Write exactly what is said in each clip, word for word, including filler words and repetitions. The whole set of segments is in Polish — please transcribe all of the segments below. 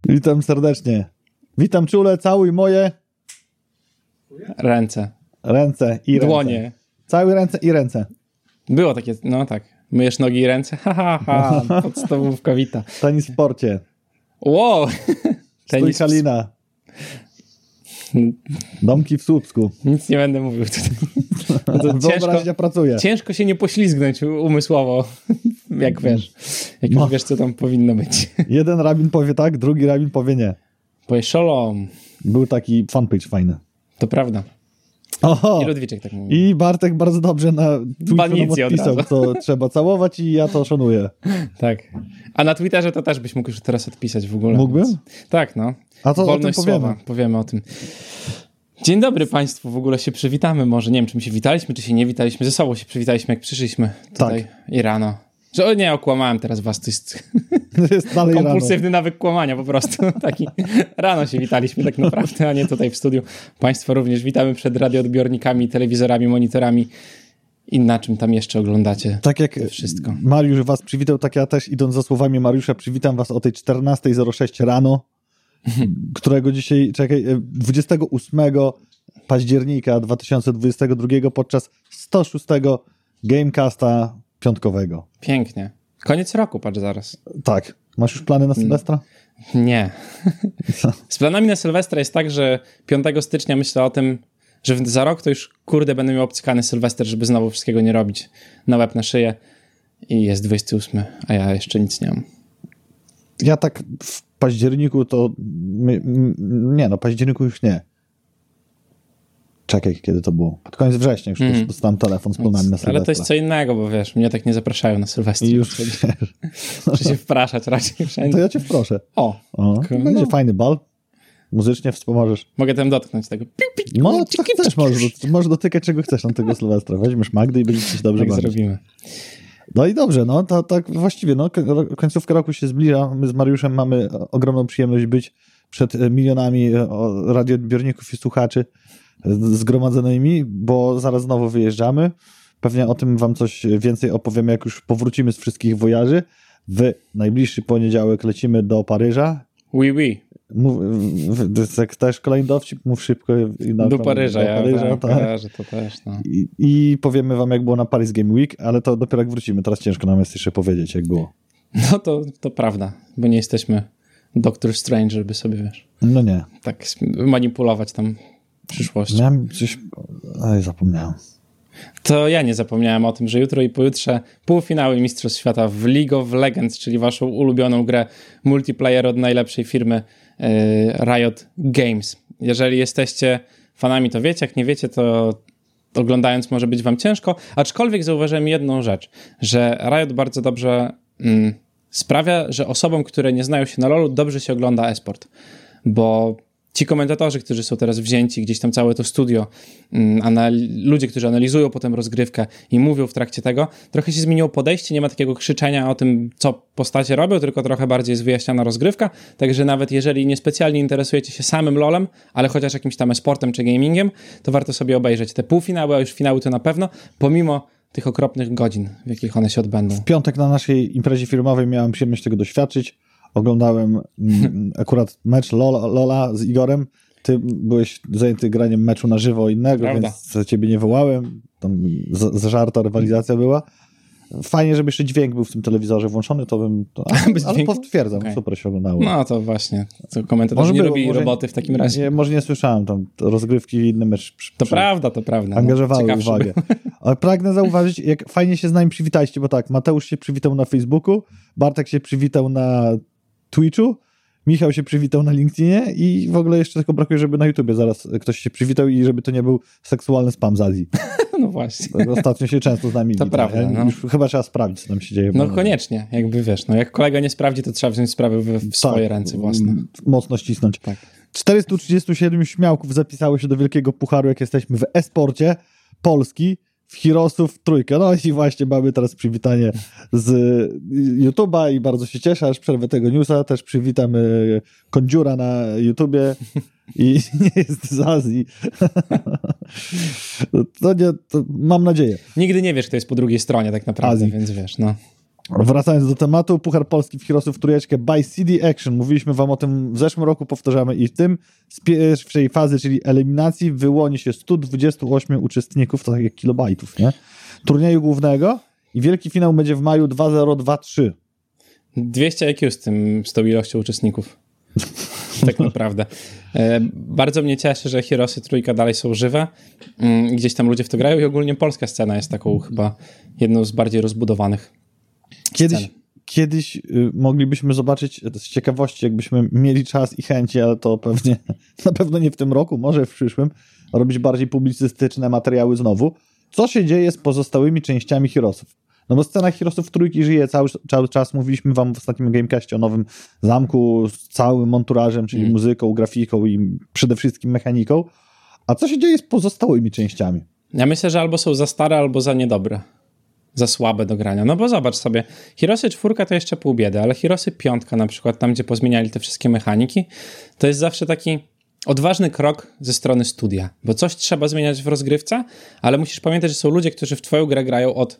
Witam serdecznie. Witam czule, całuj moje ręce. Ręce i ręce. Dłonie. Całuj ręce i ręce. Było takie, no tak. Myjesz nogi i ręce? Ha, ha, ha. Podstawówka wita. Tenis w sporcie. Wow. Tenis Halina. Domki w Słupsku. Nic nie będę mówił tutaj. No to Wyobraźnia pracuje. Ciężko się nie poślizgnąć umysłowo, jak wiesz. Jak już no. wiesz, co tam powinno być. Jeden rabin powie tak, drugi rabin powie nie. Powie szolom. Był taki fanpage fajny. To prawda. Oho. I Ludwiczek tak mówi. I Bartek bardzo dobrze na Twitterze odpisał, co trzeba całować i ja to szanuję. Tak. A na Twitterze to też byś mógł już teraz odpisać w ogóle. Mógłbym? Więc... Tak, no. A to Wolność o tym powiemy. Słowa. Powiemy o tym. Dzień dobry Państwu, w ogóle się przywitamy. Może nie wiem, czy my się witaliśmy, czy się nie witaliśmy. Ze sobą się przywitaliśmy, jak przyszliśmy tutaj tak. i rano. Że o nie, okłamałem teraz was, to jest, to jest dalej kompulsywny rano. nawyk kłamania po prostu. Taki rano się witaliśmy tak naprawdę, a nie tutaj w studiu. Państwa również witamy przed radioodbiornikami, telewizorami, monitorami i na czym tam jeszcze oglądacie. Tak jak wszystko. Mariusz was przywitał, tak ja też idąc za słowami Mariusza przywitam was o tej czternasta zero sześć rano, którego dzisiaj, czekaj, dwudziestego ósmego października dwa tysiące dwudziestego drugiego podczas sto szóstego Gamecasta piątkowego. Pięknie. Koniec roku, patrz zaraz. Tak. Masz już plany na Sylwestra? Nie. Z planami na Sylwestra jest tak, że piątego stycznia myślę o tym, że za rok to już kurde będę miał obcykany Sylwester, żeby znowu wszystkiego nie robić. Na łeb, na szyję. I jest dwudziestego ósmego, a ja jeszcze nic nie mam. Ja tak w październiku to... My, nie no, październiku już nie. Czekaj, kiedy to było? Pod koniec września już mm. dostałem telefon z planami na Sylwestra. Ale to jest co innego, bo wiesz, mnie tak nie zapraszają na Sylwestra. I już wiesz. Muszę się wpraszać raczej wszędzie. To ja cię wproszę. O. o będzie no. fajny bal. Muzycznie wspomożesz. Mogę tam dotknąć tego. No, co chcesz, możesz, możesz dotykać czego chcesz na tego Sylwestra. Weźmiesz Magdę i będzie coś dobrze tak bawić. zrobimy. No i dobrze, no to tak właściwie, no końcówka roku się zbliża. My z Mariuszem mamy ogromną przyjemność być przed milionami radioodbiorników i słuchaczy zgromadzonymi, bo zaraz znowu wyjeżdżamy. Pewnie o tym wam coś więcej opowiemy, jak już powrócimy z wszystkich wojaży. W najbliższy poniedziałek lecimy do Paryża. Oui, oui. Mów, jak też kolejny dowcip, mów szybko. I na do Paryża, do Paryża ja tak. Paryża, to też. No. I, I powiemy wam, jak było na Paris Game Week, ale to dopiero jak wrócimy. Teraz ciężko nam jest jeszcze powiedzieć, jak było. No to, to prawda, bo nie jesteśmy Doctor Strange, żeby sobie, wiesz, no nie. tak manipulować tam przyszłością. Miałem coś... Oj, zapomniałem. To ja nie zapomniałem o tym, że jutro i pojutrze półfinały Mistrzostw Świata w League of Legends, czyli waszą ulubioną grę multiplayer od najlepszej firmy yy, Riot Games. Jeżeli jesteście fanami, to wiecie, jak nie wiecie, to oglądając może być wam ciężko, aczkolwiek zauważyłem jedną rzecz, że Riot bardzo dobrze mm, sprawia, że osobom, które nie znają się na LoLu, dobrze się ogląda e-sport, bo ci komentatorzy, którzy są teraz wzięci, gdzieś tam całe to studio, anali- ludzie, którzy analizują potem rozgrywkę i mówią w trakcie tego, trochę się zmieniło podejście, nie ma takiego krzyczenia o tym, co postacie robią, tylko trochę bardziej jest wyjaśniana rozgrywka, także nawet jeżeli niespecjalnie interesujecie się samym LoLem, ale chociaż jakimś tam e-sportem czy gamingiem, to warto sobie obejrzeć te półfinały, a już finały to na pewno, pomimo tych okropnych godzin, w jakich one się odbędą. W piątek na naszej imprezie firmowej miałem przyjemność tego doświadczyć. Oglądałem m, akurat mecz Lola, Lola z Igorem. Ty byłeś zajęty graniem meczu na żywo innego, Prawda. Więc ciebie nie wołałem. Tam z, zażarta rywalizacja była. Fajnie, żeby jeszcze dźwięk był w tym telewizorze włączony, to bym... To, ale, ale potwierdzam, okay. Super się oglądało. No to właśnie, to komentator nie było, robi może, roboty w takim razie. Nie, może nie słyszałem tam rozgrywki i inny mecz. Przy, to przy, prawda, to prawda. Angażowały no, uwagę. Ale pragnę zauważyć, jak fajnie się z nami przywitaliście, bo tak, Mateusz się przywitał na Facebooku, Bartek się przywitał na Twitchu, Michał się przywitał na LinkedInie i w ogóle jeszcze tylko brakuje, żeby na YouTubie zaraz ktoś się przywitał i żeby to nie był seksualny spam z Azji. No właśnie. Ostatnio się często z nami To wita. prawda. Ja, no. już chyba trzeba sprawdzić, co tam się dzieje. No koniecznie, jakby wiesz, no jak kolega nie sprawdzi, to trzeba wziąć sprawę w, w swoje tak, ręce własne. Mocno ścisnąć. Tak. czterysta trzydzieści siedem śmiałków zapisało się do Wielkiego Pucharu, jak jesteśmy w e-sporcie Polski. W Heroesów trójkę. No i właśnie mamy teraz przywitanie z YouTube'a i bardzo się cieszę, aż przerwę tego newsa. Też przywitam Kondziura na YouTubie i nie jest z Azji. To nie, to mam nadzieję. Nigdy nie wiesz, kto jest po drugiej stronie tak naprawdę, Azji. Więc wiesz, no. Wracając do tematu, Puchar Polski w Heroesów trójeczkę by C D Action. Mówiliśmy wam o tym w zeszłym roku, powtarzamy i w tym. Z pierwszej fazy, czyli eliminacji, wyłoni się sto dwadzieścia osiem uczestników, to tak jak kilobajtów, nie? Turnieju głównego i wielki finał będzie w maju dwa zero dwa trzy. dwieście I Q z tym, z tą ilością uczestników. Tak naprawdę. E, bardzo mnie cieszy, że Heroesy trójka dalej są żywe. Mm, gdzieś tam ludzie w to grają i ogólnie polska scena jest taką chyba jedną z bardziej rozbudowanych. Kiedyś, kiedyś y, moglibyśmy zobaczyć z ciekawości, jakbyśmy mieli czas i chęci, ale to pewnie na pewno nie w tym roku, może w przyszłym, robić bardziej publicystyczne materiały znowu. Co się dzieje z pozostałymi częściami Heroesów? No bo scena Heroesów trójki żyje cały, cały czas. Mówiliśmy wam w ostatnim Gamecastie o nowym zamku z całym monturażem, czyli mm. muzyką, grafiką i przede wszystkim mechaniką. A co się dzieje z pozostałymi częściami? Ja myślę, że albo są za stare, albo za niedobre. Za słabe do grania. No bo zobacz sobie, Heroesy czwórka to jeszcze pół biedy, ale Heroesy piątka na przykład, tam gdzie pozmieniali te wszystkie mechaniki, to jest zawsze taki odważny krok ze strony studia, bo coś trzeba zmieniać w rozgrywce, ale musisz pamiętać, że są ludzie, którzy w twoją grę grają od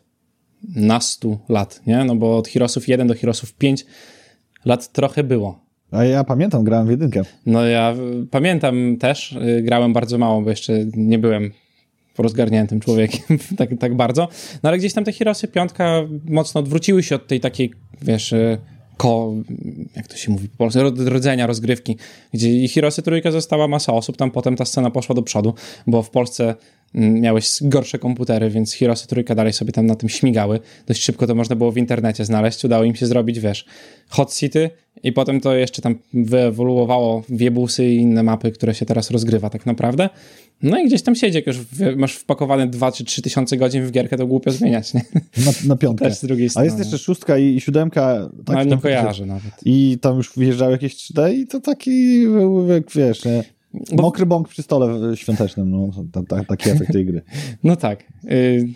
nastu lat, nie? No bo od Heroesów jeden do Heroesów pięć lat trochę było. A ja pamiętam, grałem w jedynkę. No ja pamiętam też, grałem bardzo mało, bo jeszcze nie byłem rozgarniętym człowiekiem tak, tak bardzo, no ale gdzieś tam te Heroesy piątka mocno odwróciły się od tej takiej, wiesz, ko, jak to się mówi po polsku, rodzenia rozgrywki, gdzie Heroesy trójka została masa osób, tam potem ta scena poszła do przodu, bo w Polsce miałeś gorsze komputery, więc Heroesy trójka dalej sobie tam na tym śmigały. Dość szybko to można było w internecie znaleźć. Udało im się zrobić, wiesz, Hot City i potem to jeszcze tam wyewoluowało w Wiebusy i inne mapy, które się teraz rozgrywa tak naprawdę. No i gdzieś tam siedzi, jak już masz wpakowane dwa czy trzy tysiące godzin w gierkę, to głupio zmieniać, nie? Na, na piątkę. Też z drugiej strony. A jest jeszcze szóstka i, i siódemka. Tak, no nie kojarzę nawet. I tam już wjeżdżały jakieś trzy D i to taki, jak wiesz, nie? Bo... Mokry bąk przy stole świątecznym, no, ta, ta, taki efekt tej gry. No tak. Y...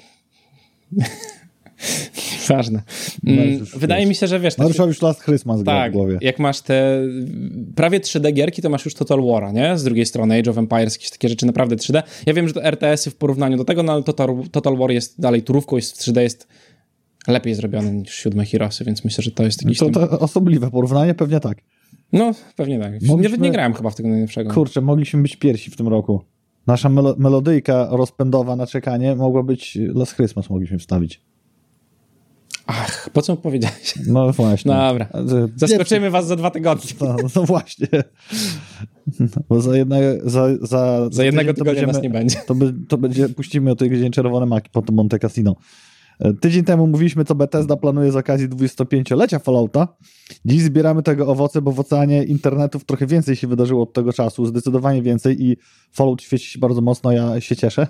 Ważne. Mm, wydaje mi się, że wiesz... No już już Last Christmas tak, w głowie. Jak masz te prawie trzy D gierki, to masz już Total War'a, nie? Z drugiej strony Age of Empires, jakieś takie rzeczy naprawdę trzy D. Ja wiem, że to R T S-y w porównaniu do tego, no ale Total, Total War jest dalej turówką, jest w trzy D, jest lepiej zrobione niż siódme Heroesy, więc myślę, że to jest jakiś... To, to osobliwe porównanie, pewnie tak. No, pewnie tak. Mogliśmy... Nie, nie grałem chyba w tego najlepszego. Kurczę, mogliśmy być pierwsi w tym roku. Nasza melo- melodyjka rozpędowa na czekanie mogła być Last Christmas, mogliśmy wstawić. Ach, po co mu powiedziałeś? No właśnie. Dobra. Zaskoczymy Pierwszy... was za dwa tygodnie. No, no właśnie. Bo za, jedna, za, za, za jednego tygodnia będziemy, nas nie będzie. To, by, to będzie, puścimy o tej godzinie czerwone maki, potem Monte Cassino. Tydzień temu mówiliśmy, co Bethesda planuje z okazji dwudziestopięciolecia Fallouta. Dziś zbieramy tego owoce, bo w oceanie internetów trochę więcej się wydarzyło od tego czasu, zdecydowanie więcej i Fallout świeci się bardzo mocno, ja się cieszę.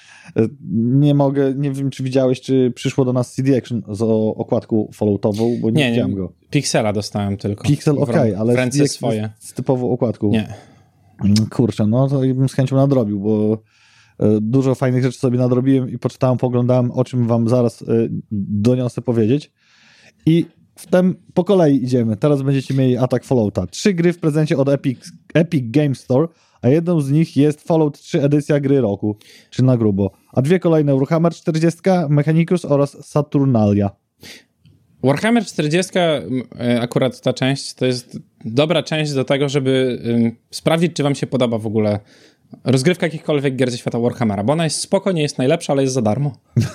Nie mogę, nie wiem, czy widziałeś, czy przyszło do nas C D Action z okładką Falloutową, bo nie, nie widziałem nie, go. Pixela dostałem tylko. Pixel, okej, okay, ale w ręce swoje. Z, z typową okładką. Nie. Kurczę, no to bym z chęcią nadrobił, bo dużo fajnych rzeczy sobie nadrobiłem i poczytałem, poglądałem, o czym wam zaraz doniosę powiedzieć. I wtem po kolei idziemy. Teraz będziecie mieli atak Fallouta. Trzy gry w prezencie od Epic, Epic Games Store, a jedną z nich jest Fallout trzy edycja gry roku, czy na grubo. A dwie kolejne Warhammer czterdzieści, Mechanicus oraz Saturnalia. Warhammer czterdzieści, akurat ta część, to jest dobra część do tego, żeby sprawdzić, czy wam się podoba w ogóle rozgrywka jakichkolwiek gier ze świata Warhammera, bo ona jest spoko, nie jest najlepsza, ale jest za darmo.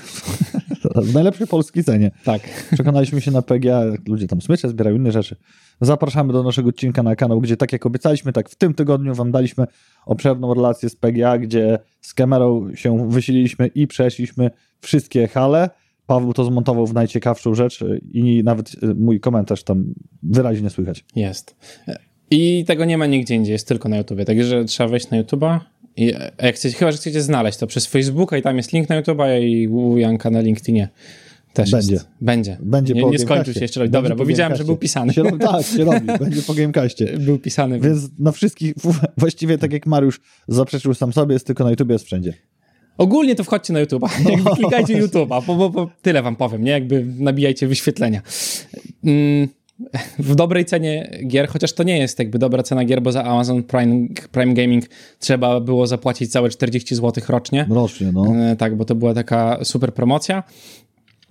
W najlepszej polskiej cenie. Tak. Przekonaliśmy się na P G A, ludzie tam smycze zbierają, inne rzeczy. Zapraszamy do naszego odcinka na kanał, gdzie tak jak obiecaliśmy, tak w tym tygodniu wam daliśmy obszerną relację z P G A, gdzie z kamerą się wysililiśmy i przeszliśmy wszystkie hale. Paweł to zmontował w najciekawszą rzecz i nawet mój komentarz tam wyraźnie słychać. Jest. I tego nie ma nigdzie indziej, jest tylko na YouTubie. Także trzeba wejść na YouTube'a i jak chcecie, chyba, że chcecie znaleźć to przez Facebooka i tam jest link na YouTube'a i u Janka na LinkedInie też będzie. Jest. Będzie. Będzie nie, po nie skończył się jeszcze robić. Dobra, bo widziałem, że był pisany. Się robi, tak, się robi. Będzie po Gamecastie. Był pisany. Więc na wszystkich, właściwie tak jak Mariusz zaprzeczył sam sobie, jest tylko na YouTubie, jest wszędzie. Ogólnie to wchodźcie na YouTube'a. No. Jakby klikajcie YouTube'a, bo, bo, bo tyle wam powiem, nie? Jakby nabijajcie wyświetlenia. Mm. W dobrej cenie gier, chociaż to nie jest jakby dobra cena gier, bo za Amazon Prime, Prime Gaming trzeba było zapłacić całe czterdzieści złotych rocznie. Rocznie, no. E, tak, bo to była taka super promocja.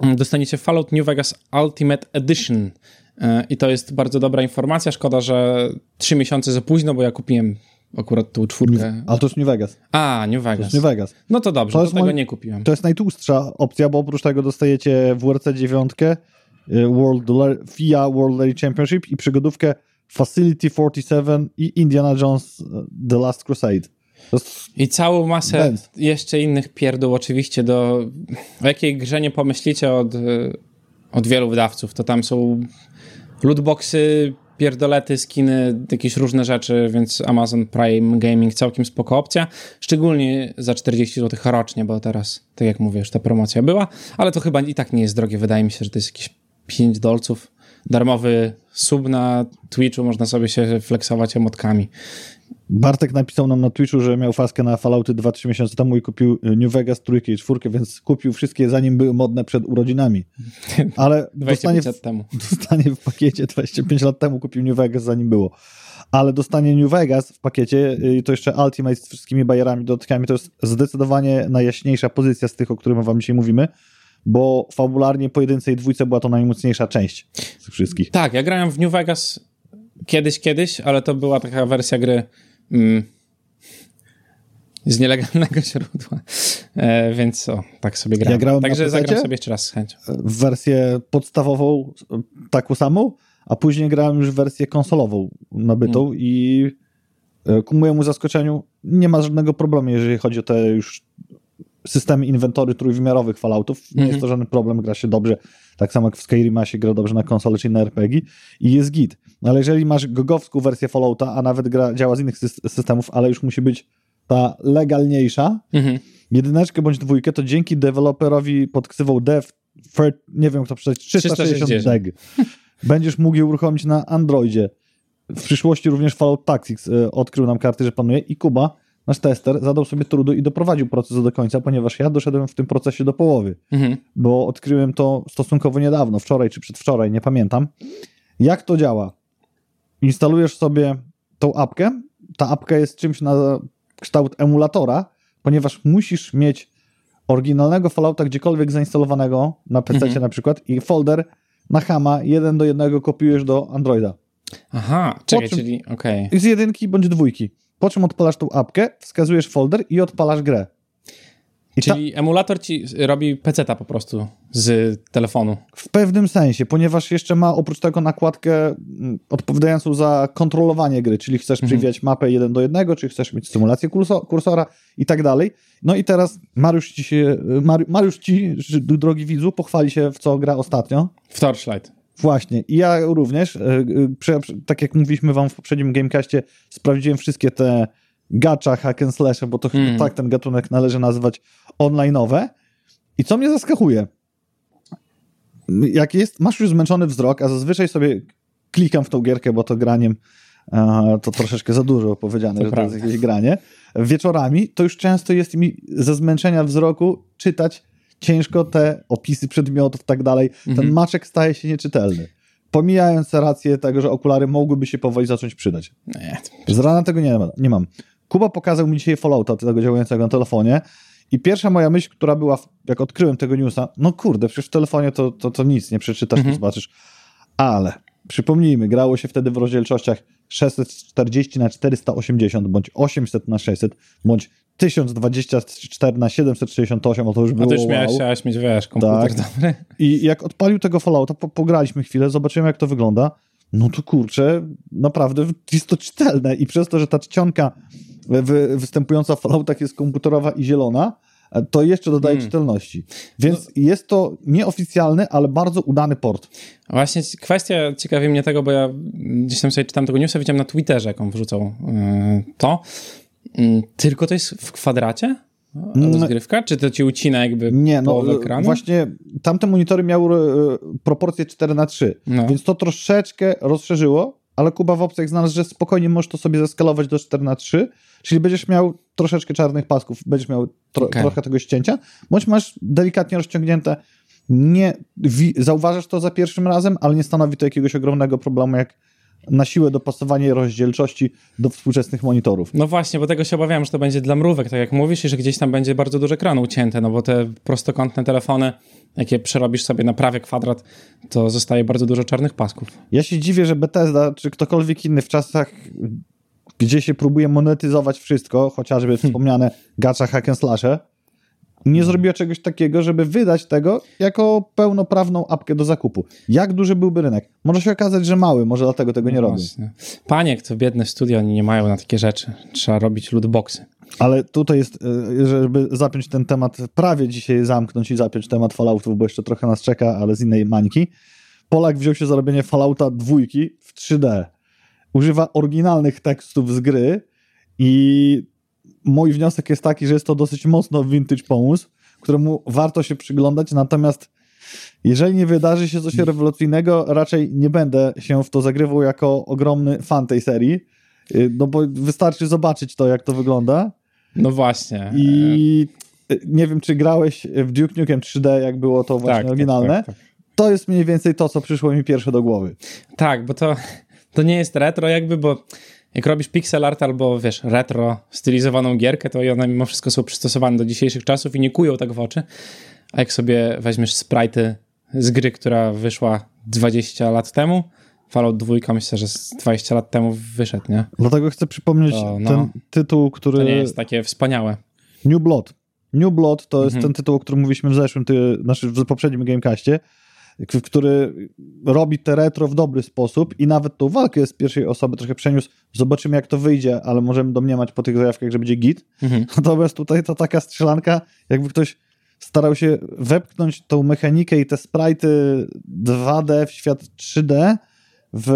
dostaniecie Fallout New Vegas Ultimate Edition. I to jest bardzo dobra informacja. Szkoda, że trzy miesiące za późno, bo ja kupiłem akurat tą czwórkę. Ale to jest New Vegas. A, New Vegas. To jest New Vegas. No to dobrze, to, to tego moi... nie kupiłem. To jest najtłustsza opcja, bo oprócz tego dostajecie W R C dziewięć, World F I A World Rally Championship i przygodówkę Facility czterdzieści siedem i Indiana Jones The Last Crusade. I całą masę Dance. jeszcze innych pierdół oczywiście do... O jakiej grze nie pomyślicie od, od wielu wydawców, to tam są lootboxy, pierdolety, skiny, jakieś różne rzeczy, więc Amazon Prime Gaming całkiem spoko opcja, szczególnie za czterdzieści złotych rocznie, bo teraz, tak jak mówisz, ta promocja była, ale to chyba i tak nie jest drogie, wydaje mi się, że to jest jakieś pięć dolców, darmowy sub na Twitchu, można sobie się flexować emotkami. Bartek napisał nam na Twitchu, że miał faskę na Fallouty dwa trzy miesiące temu i kupił New Vegas trójkę i czwórkę, więc kupił wszystkie zanim były modne przed urodzinami. Ale dostanie w, temu. dostanie w pakiecie dwadzieścia pięć lat temu kupił New Vegas zanim było. Ale dostanie New Vegas w pakiecie i to jeszcze Ultimate z wszystkimi bajerami, dodatkami, to jest zdecydowanie najjaśniejsza pozycja z tych, o których wam dzisiaj mówimy, bo fabularnie po jedynce i dwójce była to najmocniejsza część z tych wszystkich. Tak, ja grałem w New Vegas kiedyś, kiedyś, ale to była taka wersja gry mm, z nielegalnego źródła, e, więc o, tak sobie grałem. Ja grałem Także na zagram sobie jeszcze raz z chęcią. W wersję podstawową, taką samą, a później grałem już w wersję konsolową nabytą mm. i ku mojemu zaskoczeniu nie ma żadnego problemu, jeżeli chodzi o te już systemy inwentory trójwymiarowych Falloutów. Nie mm-hmm. jest to żaden problem, gra się dobrze. Tak samo jak w Skyrima się gra dobrze na konsolę czy na er pe gie i jest git. No ale jeżeli masz gogowską wersję Fallouta, a nawet gra działa z innych sy- systemów, ale już musi być ta legalniejsza, mm-hmm. jedyneczkę bądź dwójkę, to dzięki deweloperowi pod ksywą dev, for, nie wiem kto przeczytać, trzysta sześćdziesiąt deg, będziesz mógł je uruchomić na Androidzie. W przyszłości również Fallout Tactics y, odkrył nam karty, że panuje i Kuba, nasz tester, zadał sobie trudu i doprowadził proces do końca, ponieważ ja doszedłem w tym procesie do połowy, mhm. bo odkryłem to stosunkowo niedawno, wczoraj czy przedwczoraj, nie pamiętam. Jak to działa? Instalujesz sobie tą apkę, ta apka jest czymś na kształt emulatora, ponieważ musisz mieć oryginalnego Fallouta gdziekolwiek zainstalowanego na pececie mhm. na przykład i folder na Hama jeden do jednego kopiujesz do Androida. Aha, czekaj, czym, czyli okej. Okay. Z jedynki bądź dwójki. Po czym odpalasz tą apkę, wskazujesz folder i odpalasz grę. I czyli ta... emulator ci robi peceta po prostu z telefonu. W pewnym sensie, ponieważ jeszcze ma oprócz tego nakładkę odpowiadającą za kontrolowanie gry, czyli chcesz mhm. przywijać mapę jeden do jednego, czy chcesz mieć symulację kursora i tak dalej. No i teraz Mariusz ci, się, Mariusz ci, drogi widzu, pochwali się, w co gra ostatnio. W Torchlight. Właśnie. I ja również, tak jak mówiliśmy wam w poprzednim Gamecastie, sprawdziłem wszystkie te gacha, hack and slash, bo to mm. chyba tak ten gatunek należy nazywać online'owe. I co mnie zaskakuje? Jak jest, masz już zmęczony wzrok, a zazwyczaj sobie klikam w tą gierkę, bo to graniem to troszeczkę za dużo powiedziane, to że prawda. To jest jakieś granie. Wieczorami to już często jest mi ze zmęczenia wzroku czytać ciężko te opisy przedmiotów i tak dalej. Ten mm-hmm. maczek staje się nieczytelny. Pomijając rację tego, że okulary mogłyby się powoli zacząć przydać. Nie. Z rana tego nie, nie mam. Kuba pokazał mi dzisiaj Fallouta, tego działającego na telefonie i pierwsza moja myśl, która była, jak odkryłem tego newsa, no kurde, przecież w telefonie to, to, to nic, nie przeczytasz, mm-hmm. nie zobaczysz. Ale przypomnijmy, grało się wtedy w rozdzielczościach sześćset czterdzieści na czterysta osiemdziesiąt, bądź osiemset na sześćset, bądź tysiąc dwadzieścia cztery na siedemset sześćdziesiąt osiem, o to już było. A to już miałeś, wow. chciałeś mieć, wiesz, komputer tak. dobry. I jak odpalił tego Fallouta, po, pograliśmy chwilę, zobaczymy jak to wygląda, no to kurczę, naprawdę jest to czytelne i przez to, że ta czcionka wy, występująca w Falloutach jest komputerowa i zielona, to jeszcze dodaje hmm. czytelności. Więc no. jest to nieoficjalny, ale bardzo udany port. Właśnie kwestia ciekawi mnie tego, bo ja gdzieś tam sobie czytam tego newsa, widziałem na Twitterze, jak on wrzucał yy, to. Yy, tylko to jest w kwadracie? Rozgrywka? Czy to ci ucina jakby nie, no, połowę ekranu? Właśnie tamte monitory miały y, proporcje cztery na trzy, no. więc to troszeczkę rozszerzyło, ale Kuba w opcjach znalazł, że spokojnie możesz to sobie zeskalować do cztery na trzy, czyli będziesz miał troszeczkę czarnych pasków, będziesz miał tro, okay. trochę tego ścięcia, bądź masz delikatnie rozciągnięte. Nie wi- zauważasz to za pierwszym razem, ale nie stanowi to jakiegoś ogromnego problemu, jak na siłę dopasowanie rozdzielczości do współczesnych monitorów. No właśnie, bo tego się obawiam, że to będzie dla mrówek, tak jak mówisz, i że gdzieś tam będzie bardzo duży ekran ucięty, no bo te prostokątne telefony, jakie przerobisz sobie na prawie kwadrat, to zostaje bardzo dużo czarnych pasków. Ja się dziwię, że Bethesda, czy ktokolwiek inny w czasach, gdzie się próbuje monetyzować wszystko, chociażby hmm. wspomniane gacha hack and slashe, nie zrobiła czegoś takiego, żeby wydać tego jako pełnoprawną apkę do zakupu. Jak duży byłby rynek? Może się okazać, że mały, może dlatego tego nie no robią. Panie, to biedne studio, oni nie mają na takie rzeczy. Trzeba robić lootboxy. Ale tutaj jest, żeby zapiąć ten temat, prawie dzisiaj zamknąć i zapiąć temat Falloutów, bo jeszcze trochę nas czeka, ale z innej mańki. Polak wziął się za robienie Fallouta dwójki w trzy D. Używa oryginalnych tekstów z gry i mój wniosek jest taki, że jest to dosyć mocno vintage pomysł, któremu warto się przyglądać, natomiast jeżeli nie wydarzy się coś rewolucyjnego, raczej nie będę się w to zagrywał jako ogromny fan tej serii, no bo wystarczy zobaczyć to, jak to wygląda. No właśnie. I nie wiem, czy grałeś w Duke Nukem trzy D, jak było to właśnie tak, oryginalne. Tak, tak, tak. To jest mniej więcej to, co przyszło mi pierwsze do głowy. Tak, bo to, to nie jest retro jakby, bo jak robisz pixel art albo, wiesz, retro stylizowaną gierkę, to one mimo wszystko są przystosowane do dzisiejszych czasów i nie kują tak w oczy. A jak sobie weźmiesz sprite'y z gry, która wyszła dwadzieścia lat temu, Fallout dwa, myślę, że z dwadzieścia lat temu wyszedł, nie? Dlatego chcę przypomnieć to, no, ten tytuł, który... To nie jest takie wspaniałe. New Blood. New Blood to jest mhm. ten tytuł, o którym mówiliśmy w zeszłym, ty, znaczy w poprzednim Gamecastie, który robi te retro w dobry sposób i nawet tą walkę z pierwszej osoby trochę przeniósł. Zobaczymy, jak to wyjdzie, ale możemy domniemać po tych zajawkach, że będzie git. Mhm. Natomiast tutaj to taka strzelanka, jakby ktoś starał się wepchnąć tą mechanikę i te sprite'y dwa D w świat trzy D w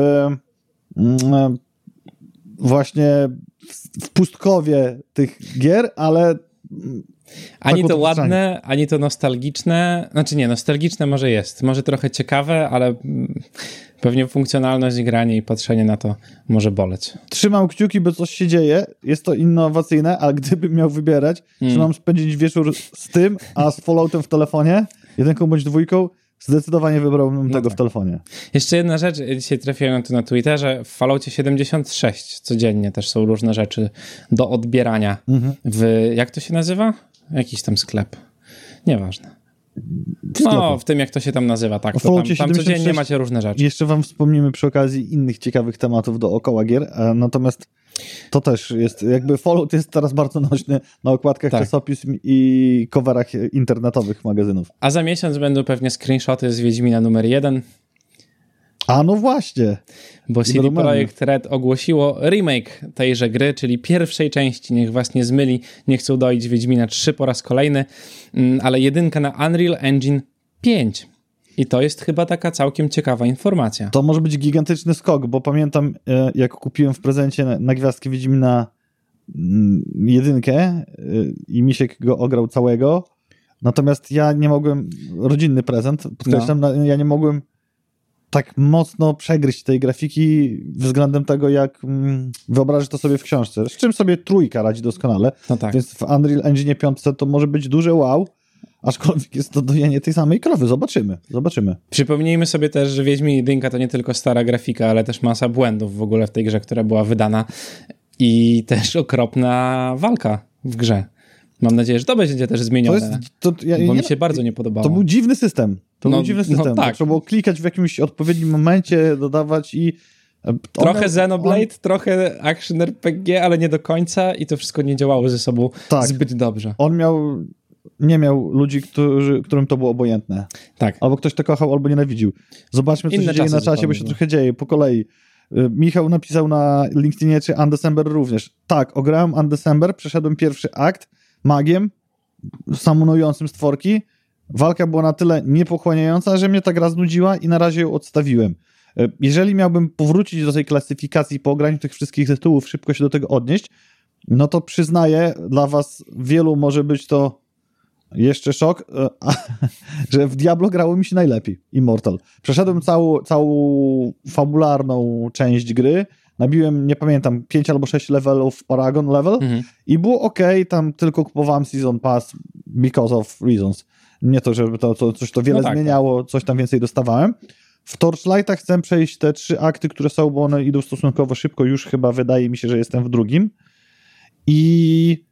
mm, właśnie w pustkowie tych gier, ale ani to ładne, ani to nostalgiczne, znaczy nie, nostalgiczne może jest, może trochę ciekawe, ale pewnie funkcjonalność, granie i patrzenie na to może boleć. Trzymam kciuki, bo coś się dzieje, jest to innowacyjne, ale gdybym miał wybierać, hmm. czy mam spędzić wieczór z tym, a z Falloutem w telefonie, jedynką bądź dwójką, zdecydowanie wybrałbym no tego tak. w telefonie. Jeszcze jedna rzecz, dzisiaj trafiłem na to na Twitterze, w Falloutie siedemdziesiąt sześć codziennie też są różne rzeczy do odbierania. Mhm. W, jak to się nazywa? Jakiś tam sklep. Nieważne. No, w tym jak to się tam nazywa, tak. To tam, tam codziennie macie różne rzeczy. Jeszcze wam wspomnimy przy okazji innych ciekawych tematów dookoła gier, natomiast to też jest, jakby Fallout jest teraz bardzo nośny na okładkach tak. czasopism i coverach internetowych magazynów. A za miesiąc będą pewnie screenshoty z Wiedźmina numer jeden. A no właśnie. Bo C D Projekt Red ogłosiło remake tejże gry, czyli pierwszej części. Niech was nie zmyli, nie chcą doić Wiedźmina trzy po raz kolejny, ale jedynka na Unreal Engine pięć. I to jest chyba taka całkiem ciekawa informacja. To może być gigantyczny skok, bo pamiętam, jak kupiłem w prezencie na gwiazdkę Wiedźmina jedynkę i Misiek go ograł całego, natomiast ja nie mogłem, rodzinny prezent, podkreślam, no. ja nie mogłem tak mocno przegryźć tej grafiki względem tego, jak mm, wyobrażasz to sobie w książce. Z czym sobie trójka radzi doskonale. No tak. Więc w Unreal Engine pięć to może być duże wow, aczkolwiek jest to dojenie tej samej krowy. Zobaczymy, zobaczymy. Przypomnijmy sobie też, że Wiedźmin jedynka to nie tylko stara grafika, ale też masa błędów w ogóle w tej grze, która była wydana i też okropna walka w grze. Mam nadzieję, że to będzie też zmienione, to jest, to, ja, bo ja, mi się bardzo nie podobało. To był dziwny system. To no, był dziwny system. No, tak. Trzeba było klikać w jakimś odpowiednim momencie, dodawać i... Trochę miał, Xenoblade, on... trochę Action R P G, ale nie do końca i to wszystko nie działało ze sobą tak. zbyt dobrze. On miał... Nie miał ludzi, którzy, którym to było obojętne. Tak. Albo ktoś to kochał, albo nienawidził. Zobaczmy, co Inne się dzieje na czasie, bo się trochę dzieje po kolei. Michał napisał na LinkedInie, czy Undecember również. Tak, ograłem Undecember, przeszedłem pierwszy akt magiem, samonującym stworki. Walka była na tyle niepochłaniająca, że mnie ta gra znudziła i na razie ją odstawiłem. Jeżeli miałbym powrócić do tej klasyfikacji po ograniu tych wszystkich tytułów, szybko się do tego odnieść, no to przyznaję, dla was wielu może być to jeszcze szok, że w Diablo grało mi się najlepiej. Immortal. Przeszedłem całą, całą fabularną część gry, nabiłem, nie pamiętam, pięć albo sześć levelów Paragon level mhm. i było ok, tam tylko kupowałem Season Pass because of reasons. Nie to, żeby to, to coś to wiele no tak, zmieniało, tak. coś tam więcej dostawałem. W Torchlightach chcę przejść te trzy akty, które są, bo one idą stosunkowo szybko, już chyba wydaje mi się, że jestem w drugim. I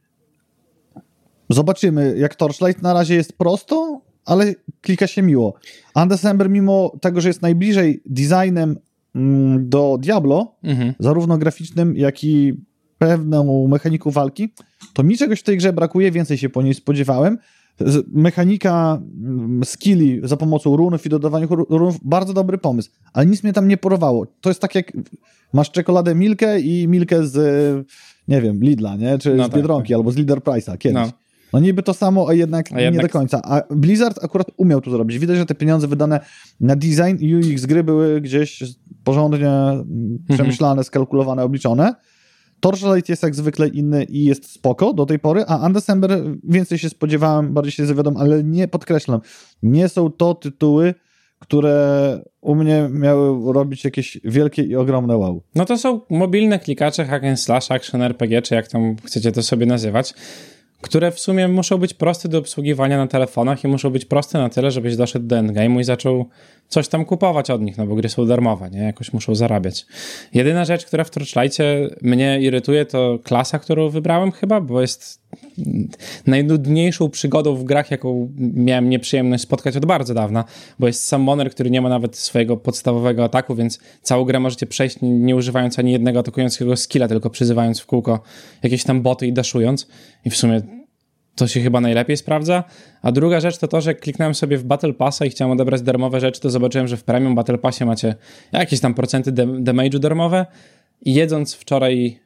zobaczymy, jak Torchlight na razie jest prosto, ale klika się miło. Undecember, mimo tego, że jest najbliżej designem mm, do Diablo, mhm. zarówno graficznym, jak i pewną mechaniką walki, to mi czegoś w tej grze brakuje, więcej się po niej spodziewałem. Mechanika skilli za pomocą runów i dodawania runów, bardzo dobry pomysł, ale nic mnie tam nie porwało. To jest tak jak masz czekoladę Milkę i Milkę z, nie wiem, Lidla, nie? Czy no z tak, Biedronki, tak. albo z Leader Price'a kiedyś. No. no niby to samo, a jednak a nie jednak... do końca. A Blizzard akurat umiał to zrobić. Widać, że te pieniądze wydane na design i U X gry były gdzieś porządnie mhm. przemyślane, skalkulowane, obliczone. Torchlight jest jak zwykle inny i jest spoko do tej pory, a Undecember więcej się spodziewałem, bardziej się zawiodłem, ale nie podkreślam. Nie są to tytuły, które u mnie miały robić jakieś wielkie i ogromne wow. No to są mobilne klikacze hack and slash, action R P G, czy jak tam chcecie to sobie nazywać, które w sumie muszą być proste do obsługiwania na telefonach i muszą być proste na tyle, żebyś doszedł do endgame'u i zaczął coś tam kupować od nich, no bo gry są darmowe, nie? Jakoś muszą zarabiać. Jedyna rzecz, która w Torchlightie mnie irytuje, to klasa, którą wybrałem chyba, bo jest najnudniejszą przygodą w grach, jaką miałem nieprzyjemność spotkać od bardzo dawna, bo jest summoner, który nie ma nawet swojego podstawowego ataku, więc całą grę możecie przejść nie, nie używając ani jednego atakującego skilla, tylko przyzywając w kółko jakieś tam boty i daszując. I w sumie to się chyba najlepiej sprawdza. A druga rzecz to to, że kliknąłem sobie w Battle Passa i chciałem odebrać darmowe rzeczy, to zobaczyłem, że w Premium Battle Passie macie jakieś tam procenty damage'u darmowe i jedząc wczoraj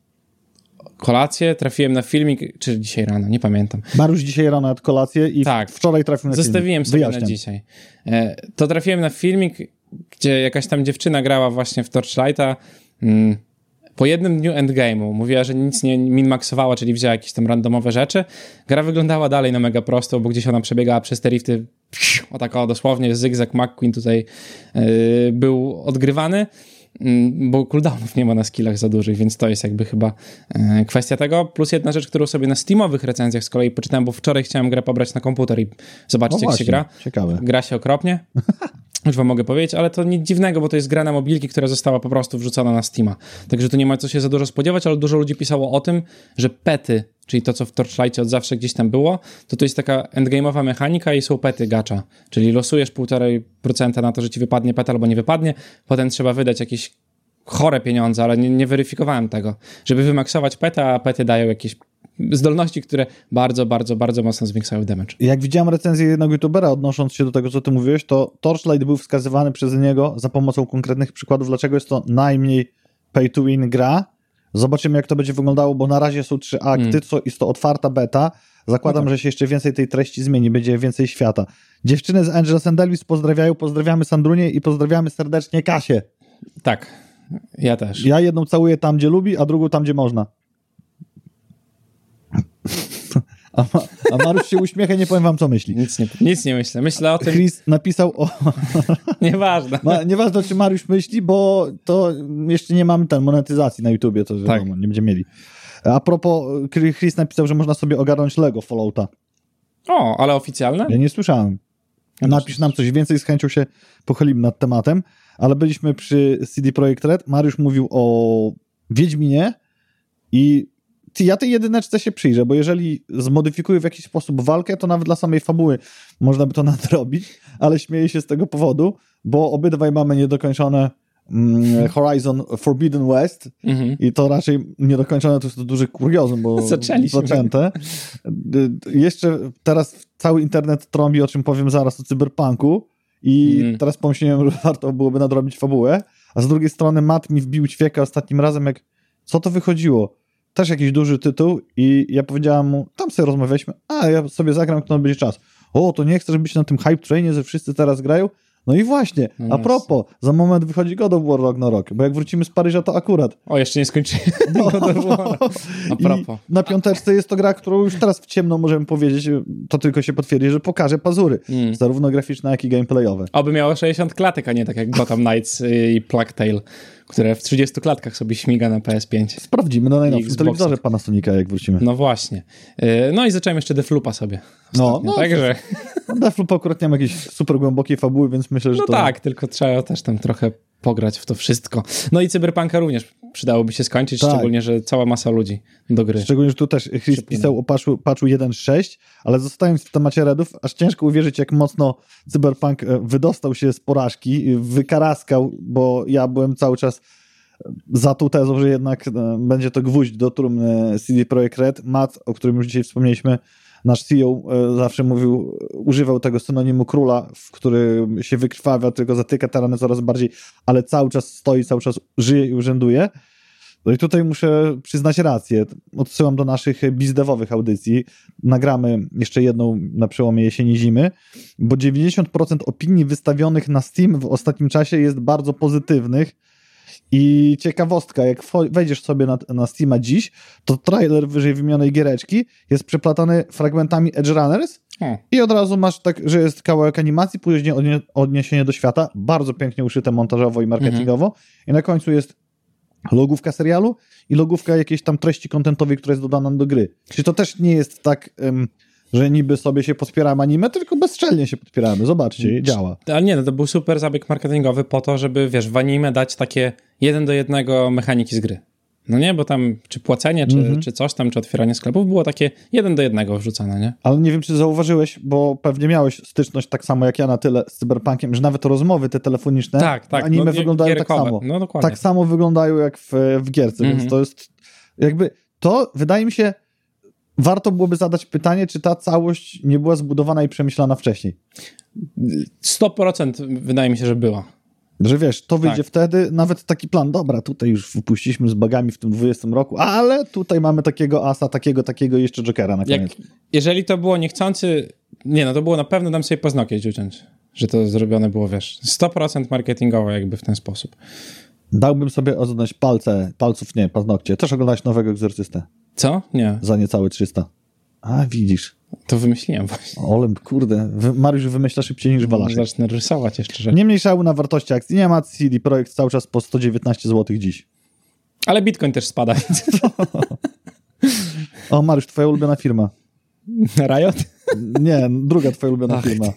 kolację, trafiłem na filmik, czy dzisiaj rano, nie pamiętam. Mariusz dzisiaj rano jadł kolację i tak, wczoraj trafił na zostawiłem filmik. Zostawiłem sobie na dzisiaj. To trafiłem na filmik, gdzie jakaś tam dziewczyna grała właśnie w Torchlighta. Po jednym dniu endgame'u mówiła, że nic nie min-maxowała, czyli wzięła jakieś tam randomowe rzeczy. Gra wyglądała dalej na mega prosto, bo gdzieś ona przebiegała przez te rifty, o tak o dosłownie, zygzak McQueen tutaj yy, był odgrywany, bo cooldownów nie ma na skillach za dużych, więc to jest jakby chyba e, kwestia tego. Plus jedna rzecz, którą sobie na steamowych recenzjach z kolei poczytałem, bo wczoraj chciałem grę pobrać na komputer i zobaczyć, no jak się gra. Ciekawe. Gra się okropnie. Już wam mogę powiedzieć, ale to nic dziwnego, bo to jest gra na mobilki, która została po prostu wrzucona na Steama. Także tu nie ma co się za dużo spodziewać, ale dużo ludzi pisało o tym, że pety, czyli to, co w Torchlightie od zawsze gdzieś tam było, to to jest taka endgame'owa mechanika i są pety gacha. Czyli losujesz półtorej procenta na to, że ci wypadnie pet albo nie wypadnie, potem trzeba wydać jakieś chore pieniądze, ale nie, nie weryfikowałem tego, żeby wymaksować peta, a pety dają jakieś zdolności, które bardzo, bardzo, bardzo mocno zwiększają damage. Jak widziałem recenzję jednego youtubera odnosząc się do tego, co ty mówiłeś, to Torchlight był wskazywany przez niego za pomocą konkretnych przykładów, dlaczego jest to najmniej pay to win gra. Zobaczymy, jak to będzie wyglądało, bo na razie są trzy akty, mm. co jest to otwarta beta. Zakładam, no tak. że się jeszcze więcej tej treści zmieni, będzie więcej świata. Dziewczyny z Angels and Elvis pozdrawiają, pozdrawiamy Sandrunię i pozdrawiamy serdecznie Kasię. Tak, ja też. Ja jedną całuję tam, gdzie lubi, a drugą tam, gdzie można. A, ma, a Mariusz się uśmiecha, nie powiem wam, co myśli. Nic nie, nic nie myślę. Myślę o tym... Chris napisał o... Nieważne. Ma, nieważne, czy Mariusz myśli, bo to jeszcze nie mamy ten monetyzacji na YouTubie, to wiadomo, tak. nie będziemy mieli. A propos, Chris napisał, że można sobie ogarnąć Lego Fallouta. O, ale oficjalne? Ja nie słyszałem. Ja Napisz nam coś więcej, z chęcią się pochylimy nad tematem, ale byliśmy przy C D Projekt Red. Mariusz mówił o Wiedźminie i ja tej jedyneczce się przyjrzę, bo jeżeli zmodyfikuję w jakiś sposób walkę, to nawet dla samej fabuły można by to nadrobić, ale śmieję się z tego powodu, bo obydwaj mamy niedokończone mm, Horizon Forbidden West mm-hmm. i to raczej niedokończone to jest to duży kuriozum, bo Zaczęliśmy. zaczęte. Jeszcze teraz cały internet trąbi, o czym powiem zaraz, o cyberpunku i mm. teraz pomyślałem, że warto byłoby nadrobić fabułę, a z drugiej strony Matt mi wbił ćwieka ostatnim razem, jak co to wychodziło? Też jakiś duży tytuł i ja powiedziałam mu, tam sobie rozmawialiśmy, a ja sobie zagram, kto będzie czas. O, to nie chcesz być na tym hype trainie, że wszyscy teraz grają? No i właśnie, no a propos, za moment wychodzi God of War Ragnarok, bo jak wrócimy z Paryża, to akurat. O, jeszcze nie skończyłem. No, a propos. I na piąteczce jest to gra, którą już teraz w ciemno możemy powiedzieć, to tylko się potwierdzi, że pokaże pazury, mm. zarówno graficzne, jak i gameplayowe. Oby miało sześćdziesiąt klatek, a nie tak jak Gotham Knights i Plague Tale, które w trzydziestu klatkach sobie śmiga na P S pięć. Sprawdzimy na najnowszym telewizorze Panasonica, jak wrócimy. No właśnie. No i zacząłem jeszcze Deathloopa sobie. No, no, także... No, Deathloop akurat nie ma jakiejś super głębokiej fabuły, więc myślę, że no to... No tak, tylko trzeba też tam trochę pograć w to wszystko. No i Cyberpunka również przydałoby się skończyć, tak. Szczególnie, że cała masa ludzi do gry. Szczególnie, że tu też Chris pisał o patchu, patchu jeden sześć, ale zostając w temacie Redów, aż ciężko uwierzyć, jak mocno Cyberpunk wydostał się z porażki, wykaraskał, bo ja byłem cały czas za tą tezą, że jednak będzie to gwóźdź do trumny C D Projekt Red. Matt, o którym już dzisiaj wspomnieliśmy, nasz C E O zawsze mówił, używał tego synonimu króla, w którym się wykrwawia, tylko zatyka tereny coraz bardziej, ale cały czas stoi, cały czas żyje i urzęduje. No i tutaj muszę przyznać rację. Odsyłam do naszych bizdewowych audycji. Nagramy jeszcze jedną na przełomie jesieni zimy, bo dziewięćdziesiąt procent opinii wystawionych na Steam w ostatnim czasie jest bardzo pozytywnych. I ciekawostka, jak wejdziesz sobie na, na Steama dziś, to trailer wyżej wymienionej giereczki jest przeplatany fragmentami Edge Runners hmm. i od razu masz tak, że jest kawałek animacji, później odnie, odniesienie do świata, bardzo pięknie uszyte montażowo i marketingowo mhm. i na końcu jest logówka serialu i logówka jakiejś tam treści kontentowej, która jest dodana do gry. Czyli to też nie jest tak... Um, że niby sobie się podpieramy anime, tylko bezczelnie się podpieramy. Zobaczcie, działa. Ale nie, no to był super zabieg marketingowy po to, żeby, wiesz, w anime dać takie jeden do jednego mechaniki z gry. No nie, bo tam czy płacenie, czy, mm-hmm. czy coś tam, czy otwieranie sklepów było takie jeden do jednego wrzucane, nie? Ale nie wiem, czy zauważyłeś, bo pewnie miałeś styczność tak samo jak ja na tyle z Cyberpunkiem, że nawet rozmowy te telefoniczne tak, tak. anime no, wyglądają gierkowe. tak samo. No dokładnie. Tak samo wyglądają jak w, w gierce, mm-hmm. więc to jest jakby, to wydaje mi się, warto byłoby zadać pytanie, czy ta całość nie była zbudowana i przemyślana wcześniej. sto procent wydaje mi się, że była. Że wiesz, to wyjdzie tak. wtedy, nawet taki plan, dobra, tutaj już wypuściliśmy z bagami w tym dwudziestym roku, ale tutaj mamy takiego asa, takiego, takiego jeszcze Jokera na koniec. Jak, jeżeli to było niechcący, nie no, to było na pewno dam sobie paznokcie uciąć, że to zrobione było, wiesz, sto procent marketingowo jakby w ten sposób. Dałbym sobie oznać palce, palców nie, paznokcie. Też oglądałeś Nowego Egzorcystę? Co? Nie. Za niecałe trzysta. A, widzisz. To wymyśliłem właśnie. Olem, kurde. Mariusz wymyśla szybciej niż Balaszek. Zacznę rysować jeszcze rzeczy. Nie mniejszały na wartości akcji. Nie ma C D Projekt cały czas po sto dziewiętnaście złotych dziś. Ale Bitcoin też spada. O, Mariusz, twoja ulubiona firma. Riot? Nie, druga twoja ulubiona Ach, firma.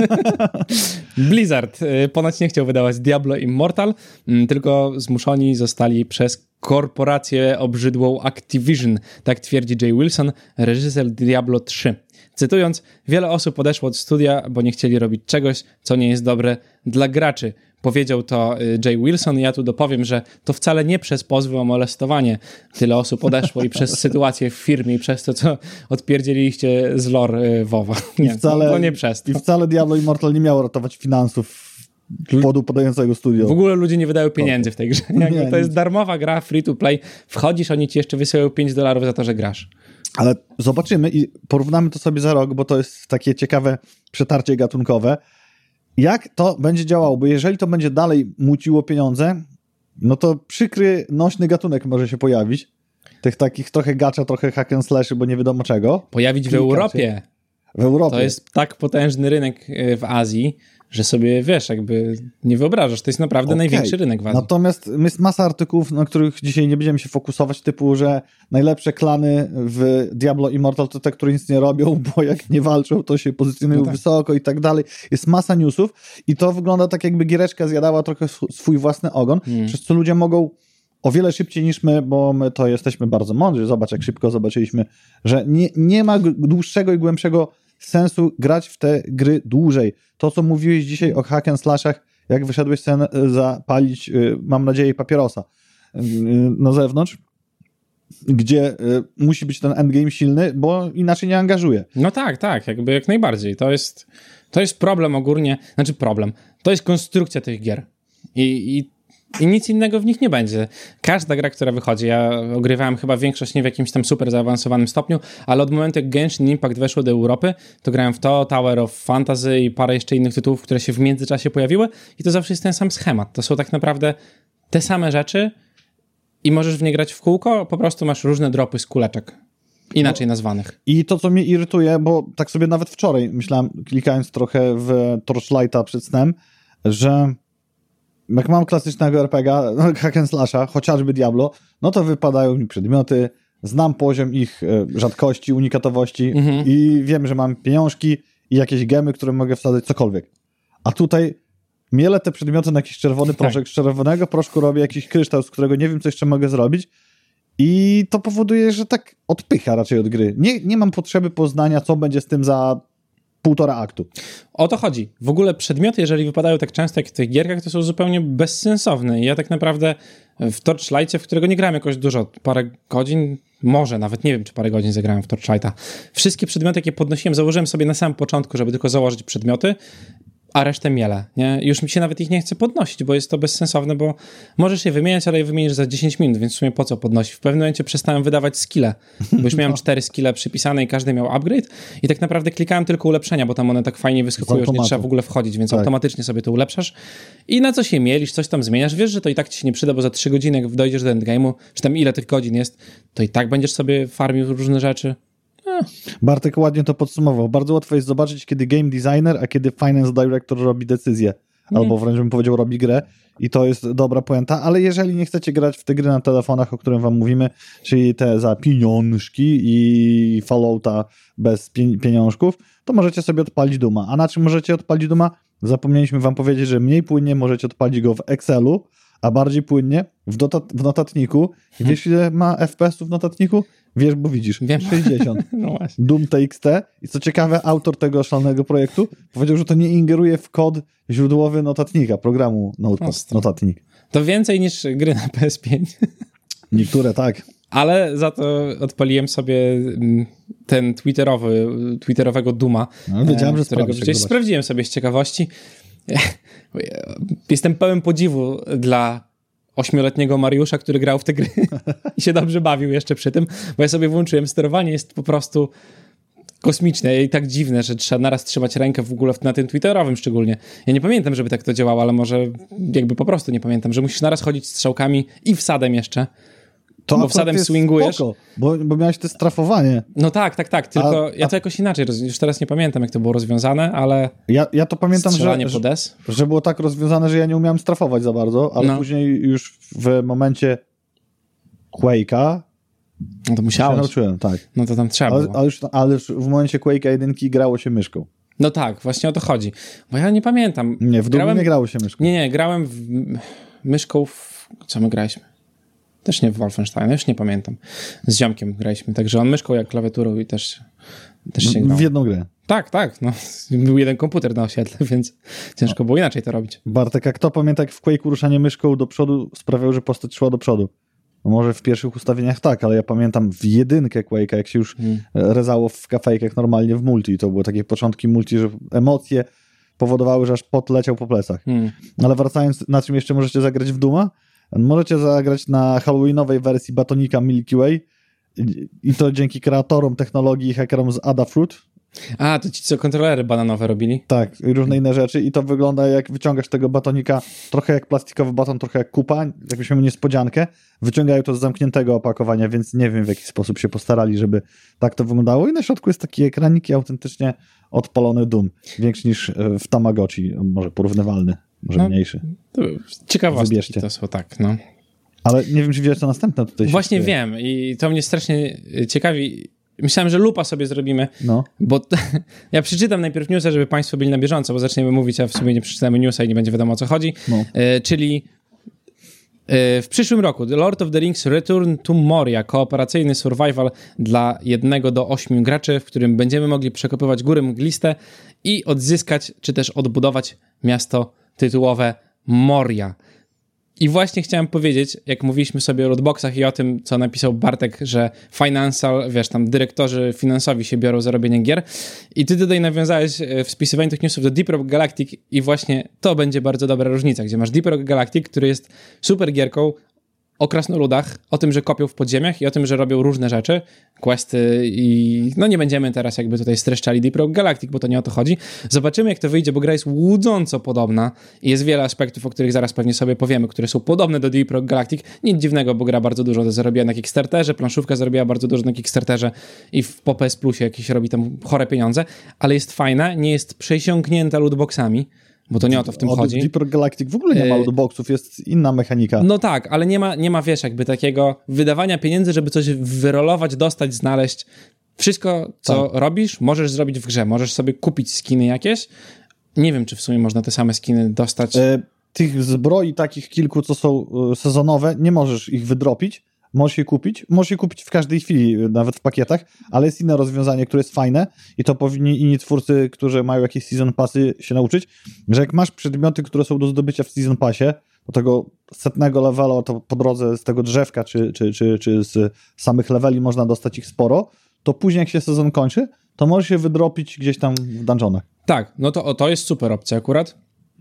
Blizzard ponoć nie chciał wydawać Diablo Immortal, tylko zmuszoni zostali przez korporację obrzydłą Activision, tak twierdzi Jay Wilson, reżyser Diablo trzy. Cytując, wiele osób odeszło od studia, bo nie chcieli robić czegoś, co nie jest dobre dla graczy. Powiedział to Jay Wilson. Ja tu dopowiem, że to wcale nie przez pozwy o molestowanie tyle osób odeszło i przez sytuację w firmie i przez to, co odpierdzieliliście z lore WoWa. Nie, I wcale, to nie przez to. I wcale Diablo Immortal nie miało ratować finansów podu podającego studio. W ogóle ludzie nie wydają pieniędzy w tej grze. Nie, to jest darmowa gra, free to play. Wchodzisz, oni ci jeszcze wysyłają pięć dolarów za to, że grasz. Ale zobaczymy i porównamy to sobie za rok, bo to jest takie ciekawe przetarcie gatunkowe. Jak to będzie działało? Bo jeżeli to będzie dalej muciło pieniądze, no to przykry, nośny gatunek może się pojawić. Tych takich trochę gacza, trochę hack and slashy, bo nie wiadomo czego. Pojawić w Europie. W Europie. To jest tak potężny rynek w Azji, że sobie, wiesz, jakby nie wyobrażasz. To jest naprawdę okay. największy rynek w Azji. Natomiast jest masa artykułów, na których dzisiaj nie będziemy się fokusować, typu, że najlepsze klany w Diablo Immortal to te, które nic nie robią, bo jak nie walczą, to się pozycjonują no tak. wysoko i tak dalej. Jest masa newsów i to wygląda tak, jakby giereczka zjadała trochę swój własny ogon, hmm. przez co ludzie mogą o wiele szybciej niż my, bo my to jesteśmy bardzo mądrzy. Zobacz, jak szybko zobaczyliśmy, że nie, nie ma dłuższego i głębszego sensu grać w te gry dłużej. To, co mówiłeś dzisiaj o hack and slashach, jak wyszedłeś sobie zapalić, mam nadzieję, papierosa na zewnątrz, gdzie musi być ten endgame silny, bo inaczej nie angażuje. No tak, tak, jakby jak najbardziej. To jest, to jest problem ogólnie, znaczy problem, to jest konstrukcja tych gier. I, i I nic innego w nich nie będzie. Każda gra, która wychodzi, ja ogrywałem chyba większość nie w jakimś tam super zaawansowanym stopniu, ale od momentu jak Genshin Impact weszło do Europy, to grałem w to, Tower of Fantasy i parę jeszcze innych tytułów, które się w międzyczasie pojawiły i to zawsze jest ten sam schemat. To są tak naprawdę te same rzeczy i możesz w nie grać w kółko, po prostu masz różne dropy z kuleczek. Inaczej no, nazwanych. I to, co mnie irytuje, bo tak sobie nawet wczoraj myślałem, klikając trochę w Torchlighta przed snem, że jak mam klasycznego er pe gie a, no, hack and slasha, chociażby Diablo, no to wypadają mi przedmioty, znam poziom ich e, rzadkości, unikatowości mhm. i wiem, że mam pieniążki i jakieś gemy, które mogę wsadzać, cokolwiek. A tutaj mielę te przedmioty na jakiś czerwony proszek, tak. z czerwonego proszku robię jakiś kryształ, z którego nie wiem, co jeszcze mogę zrobić i to powoduje, że tak odpycha raczej od gry. Nie, nie mam potrzeby poznania, co będzie z tym za półtora aktu. O to chodzi. W ogóle przedmioty, jeżeli wypadają tak często jak w tych gierkach, to są zupełnie bezsensowne. I ja tak naprawdę w Torchlightie, w którego nie grałem jakoś dużo, parę godzin, może nawet, nie wiem, czy parę godzin zagrałem w Torchlighta. Wszystkie przedmioty, jakie podnosiłem, założyłem sobie na samym początku, żeby tylko założyć przedmioty, a resztę mielę, nie? Już mi się nawet ich nie chce podnosić, bo jest to bezsensowne, bo możesz je wymieniać, ale je wymienisz za dziesięć minut, więc w sumie po co podnosić? W pewnym momencie przestałem wydawać skille, bo już miałem cztery skille przypisane i każdy miał upgrade i tak naprawdę klikałem tylko ulepszenia, bo tam one tak fajnie wyskakują, że nie trzeba w ogóle wchodzić, więc tak. automatycznie sobie to ulepszasz i na co się mielisz, coś tam zmieniasz, wiesz, że to i tak ci się nie przyda, bo za trzy godziny, jak dojdziesz do endgame'u, czy tam ile tych godzin jest, to i tak będziesz sobie farmił różne rzeczy. Bartek ładnie to podsumował. Bardzo łatwo jest zobaczyć, kiedy game designer, a kiedy finance director robi decyzję. Mm. Albo wręcz bym powiedział, robi grę. I to jest dobra puenta. Ale jeżeli nie chcecie grać w te gry na telefonach, o którym wam mówimy, czyli te za pieniążki i Fallouta bez pieniążków, to możecie sobie odpalić Duma. A na czym możecie odpalić Duma? Zapomnieliśmy wam powiedzieć, że mniej płynnie możecie odpalić go w Excelu, a bardziej płynnie w, dotat- w notatniku. I wiesz, ile ma F P S-ów w notatniku? Wiesz, bo widzisz. Wiem. sześćdziesiąt. No właśnie. Doom T X T. I co ciekawe, autor tego szalonego projektu powiedział, że to nie ingeruje w kod źródłowy notatnika, programu Notepad, notatnik. To więcej niż gry na P S pięć. Niektóre tak. Ale za to odpaliłem sobie ten twitterowy, twitterowego Dooma. No, wiedziałem, że którego gdzieś sprawdziłem sobie z ciekawości. Jestem pełen podziwu dla ośmioletniego Mariusza, który grał w te gry i się dobrze bawił jeszcze przy tym, bo ja sobie włączyłem, sterowanie jest po prostu kosmiczne i tak dziwne, że trzeba naraz trzymać rękę w ogóle na tym twitterowym szczególnie. Ja nie pamiętam, żeby tak to działało, ale może jakby po prostu nie pamiętam, że musisz naraz chodzić strzałkami i wsadem jeszcze. To bo wsadem swingujesz. Spoko, bo, bo miałeś to strafowanie. No tak, tak, tak, tylko a, ja to a... jakoś inaczej, już teraz nie pamiętam, jak to było rozwiązane, ale ja, ja to pamiętam, że, pod S. że było tak rozwiązane, że ja nie umiałem strafować za bardzo, ale no. później już w momencie Quake'a no to musiałeś. się nauczyłem, tak. No to tam trzeba ale, było. Ale już, ale już w momencie Quake'a jedynki grało się myszką. No tak, właśnie o to chodzi. Bo ja nie pamiętam. Nie, w Doomie nie grało się myszką. Nie, nie, grałem w myszką w... Co my graliśmy? Też nie w Wolfenstein, już nie pamiętam. Z ziomkiem graliśmy, także on myszką jak klawiaturą i też, też się grał. W jedną grę. Tak, tak. No. Był jeden komputer na osiedle, więc ciężko no. było inaczej to robić. Bartek, a kto pamięta, jak w Quake'u ruszanie myszką do przodu sprawiało, że postać szła do przodu? No może w pierwszych ustawieniach tak, ale ja pamiętam w jedynkę Quake'a, jak się już hmm. rezało w kafejkach normalnie w multi. To były takie początki multi, że emocje powodowały, że aż pot leciał po plecach. Hmm. Ale wracając, na czym jeszcze możecie zagrać w Dooma? Możecie zagrać na halloweenowej wersji batonika Milky Way i to dzięki kreatorom technologii i hackerom z Adafruit. A, to ci co kontrolery bananowe robili? Tak, i różne inne rzeczy i to wygląda jak wyciągasz tego batonika trochę jak plastikowy baton, trochę jak kupa, jakbyśmy mieli niespodziankę. Wyciągają to z zamkniętego opakowania, więc nie wiem w jaki sposób się postarali, żeby tak to wyglądało i na środku jest taki ekranik i autentycznie odpalony Doom. Większy niż w Tamagotchi, może porównywalny. Może no, mniejszy. Ciekawostki to są, tak, no. Ale nie wiem, czy wiesz, co następne tutaj się Właśnie dzieje. Wiem i to mnie strasznie ciekawi. Myślałem, że lupa sobie zrobimy, no. bo t- ja przeczytam najpierw newsa, żeby państwo byli na bieżąco, bo zaczniemy mówić, a w sumie nie przeczytamy newsa i nie będzie wiadomo, o co chodzi. No. E, czyli e, w przyszłym roku The Lord of the Rings Return to Moria, kooperacyjny survival dla jednego do ośmiu graczy, w którym będziemy mogli przekopywać góry mgliste i odzyskać, czy też odbudować miasto tytułowe Moria. I właśnie chciałem powiedzieć, jak mówiliśmy sobie o lootboxach i o tym, co napisał Bartek, że financial, wiesz, tam dyrektorzy finansowi się biorą za robienie gier i ty tutaj nawiązałeś w spisywaniu tych newsów do Deep Rock Galactic i właśnie to będzie bardzo dobra różnica, gdzie masz Deep Rock Galactic, który jest super gierką o krasnoludach, o tym, że kopią w podziemiach i o tym, że robią różne rzeczy, questy i no nie będziemy teraz jakby tutaj streszczali Deep Rock Galactic, bo to nie o to chodzi. Zobaczymy, jak to wyjdzie, bo gra jest łudząco podobna i jest wiele aspektów, o których zaraz pewnie sobie powiemy, które są podobne do Deep Rock Galactic. Nic dziwnego, bo gra bardzo dużo zarobiła na Kickstarterze, planszówka zarobiła bardzo dużo na Kickstarterze i w po P S Plusie jakieś robi tam chore pieniądze, ale jest fajna, nie jest przesiąknięta lootboxami, bo to nie o to w tym od chodzi. Deep Rock Galactic w ogóle nie ma lootboxów, jest inna mechanika. No tak, ale nie ma, nie ma, wiesz, jakby takiego wydawania pieniędzy, żeby coś wyrolować, dostać, znaleźć. Wszystko, co tak. robisz, możesz zrobić w grze. Możesz sobie kupić skiny jakieś. Nie wiem, czy w sumie można te same skiny dostać. E, tych zbroi takich kilku, co są sezonowe, nie możesz ich wydropić. Możesz je kupić. Możesz je kupić w każdej chwili, nawet w pakietach, ale jest inne rozwiązanie, które jest fajne i to powinni inni twórcy, którzy mają jakieś season passy, się nauczyć, że jak masz przedmioty, które są do zdobycia w season passie, do tego setnego levela, to po drodze z tego drzewka, czy, czy, czy, czy z samych leveli można dostać ich sporo, to później jak się sezon kończy, to możesz je wydropić gdzieś tam w dungeonach. Tak, no to, to jest super opcja akurat.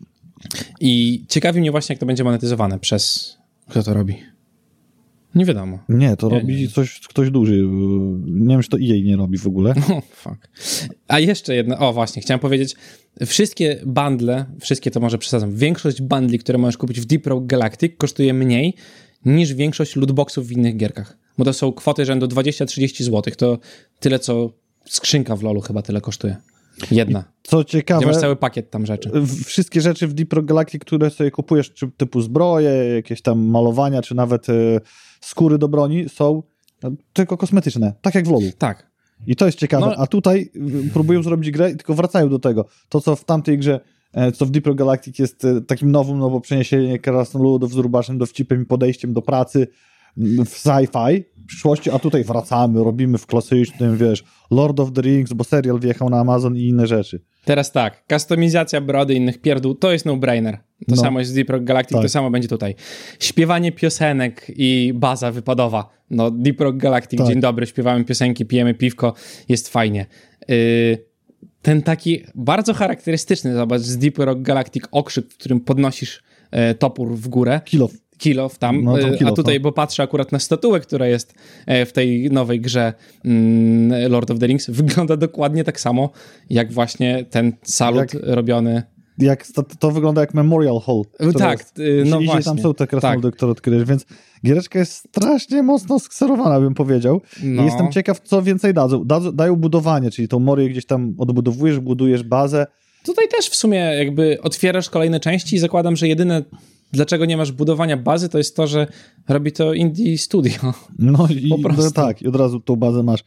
I ciekawi mnie właśnie, jak to będzie monetyzowane przez... Kto to robi? Nie wiadomo. Nie, to nie, robi nie. Coś, ktoś duży. Nie wiem, czy to E A nie robi w ogóle. Oh, fuck. A jeszcze jedno, o właśnie, chciałem powiedzieć, wszystkie bundle, wszystkie to może przesadzam, większość bundli, które możesz kupić w Deep Rock Galactic kosztuje mniej niż większość lootboxów w innych gierkach. Bo to są kwoty rzędu dwadzieścia trzydzieści złotych. To tyle, co skrzynka w lolu chyba tyle kosztuje. Jedna. I co ciekawe, gdzie masz cały pakiet tam rzeczy. Wszystkie rzeczy w Deep Rock Galactic, które sobie kupujesz, czy typu zbroje, jakieś tam malowania, czy nawet y, skóry do broni, są tylko kosmetyczne, tak jak w lolu. Tak. I to jest ciekawe. No. A tutaj próbują zrobić grę i tylko wracają do tego. To, co w tamtej grze, co w Deep Rock Galactic jest takim nowym, no bo przeniesienie krasnoludów z rubaszem, dowcipem i podejściem do pracy w sci-fi w przyszłości, a tutaj wracamy, robimy w klasycznym, wiesz, Lord of the Rings, bo serial wjechał na Amazon i inne rzeczy. Teraz tak, kustomizacja brody, innych pierdół, to jest no-brainer. To no. samo jest w Deep Rock Galactic, tak. To samo będzie tutaj. Śpiewanie piosenek i baza wypadowa. No, Deep Rock Galactic, tak. Dzień dobry, śpiewamy piosenki, pijemy piwko, jest fajnie. Yy, ten taki bardzo charakterystyczny, zobacz, z Deep Rock Galactic okrzyk, w którym podnosisz e, topór w górę. Kill off. Kill off tam, no, kill a tutaj, no. Bo patrzę akurat na statuę, która jest w tej nowej grze mm, Lord of the Rings, wygląda dokładnie tak samo, jak właśnie ten salut jak, robiony. Jak to, to wygląda jak Memorial Hall. Tak, jest, no właśnie. Tam są te krasnoludy, tak. które odkryjesz, więc giereczka jest strasznie mocno skserowana, bym powiedział. No. I jestem ciekaw, co więcej dadzą. dadzą. Dają budowanie, czyli tą Morię gdzieś tam odbudowujesz, budujesz bazę. Tutaj też w sumie jakby otwierasz kolejne części i zakładam, że jedyne dlaczego nie masz budowania bazy, to jest to, że robi to indie studio. No i po prostu. Tak, i od razu tą bazę masz.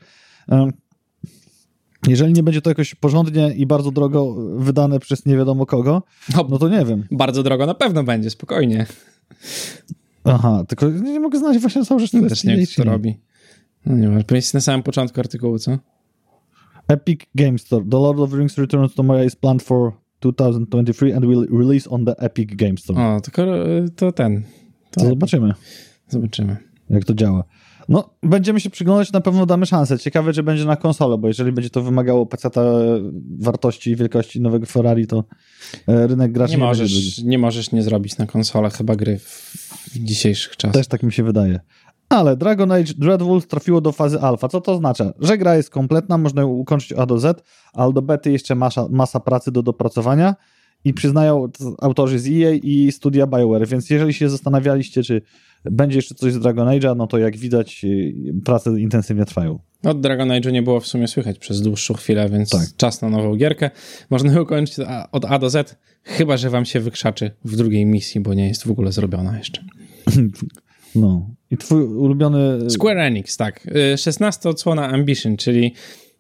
Jeżeli nie będzie to jakoś porządnie i bardzo drogo wydane przez nie wiadomo kogo, no, no to nie wiem. Bardzo drogo na pewno będzie, spokojnie. Aha, tylko nie mogę znaleźć właśnie cały rzecz. Ja też nie wiem, co to robi. No nie wiem, jest na samym początku artykułu, co? Epic Games Store. The Lord of the Rings Returns to Moria is planned for twenty twenty-three and will release on the Epic Games Store. O, to, to ten. To, to zobaczymy. Zobaczymy. Jak to działa. No, będziemy się przyglądać, na pewno damy szansę. Ciekawe, czy będzie na konsolę, bo jeżeli będzie to wymagało peceta wartości i wielkości nowego Ferrari, to rynek graczy nie, nie możesz, będzie. Nie możesz nie zrobić na konsolach chyba gry w, w dzisiejszych czasach. Też tak mi się wydaje. Ale Dragon Age Dreadwolf trafiło do fazy alfa. Co to oznacza? Że gra jest kompletna, można ją ukończyć od A do Z, ale do bety jeszcze masa, masa pracy do dopracowania i przyznają autorzy z E A i studia BioWare, więc jeżeli się zastanawialiście, czy będzie jeszcze coś z Dragon Age'a, no to jak widać prace intensywnie trwają. Od Dragon Age'u nie było w sumie słychać przez dłuższą chwilę, więc tak. Czas na nową gierkę. Można ją ukończyć od A do Z, chyba że wam się wykrzaczy w drugiej misji, bo nie jest w ogóle zrobiona jeszcze. No. I twój ulubiony... Square Enix, tak. szesnasta odsłona Ambition, czyli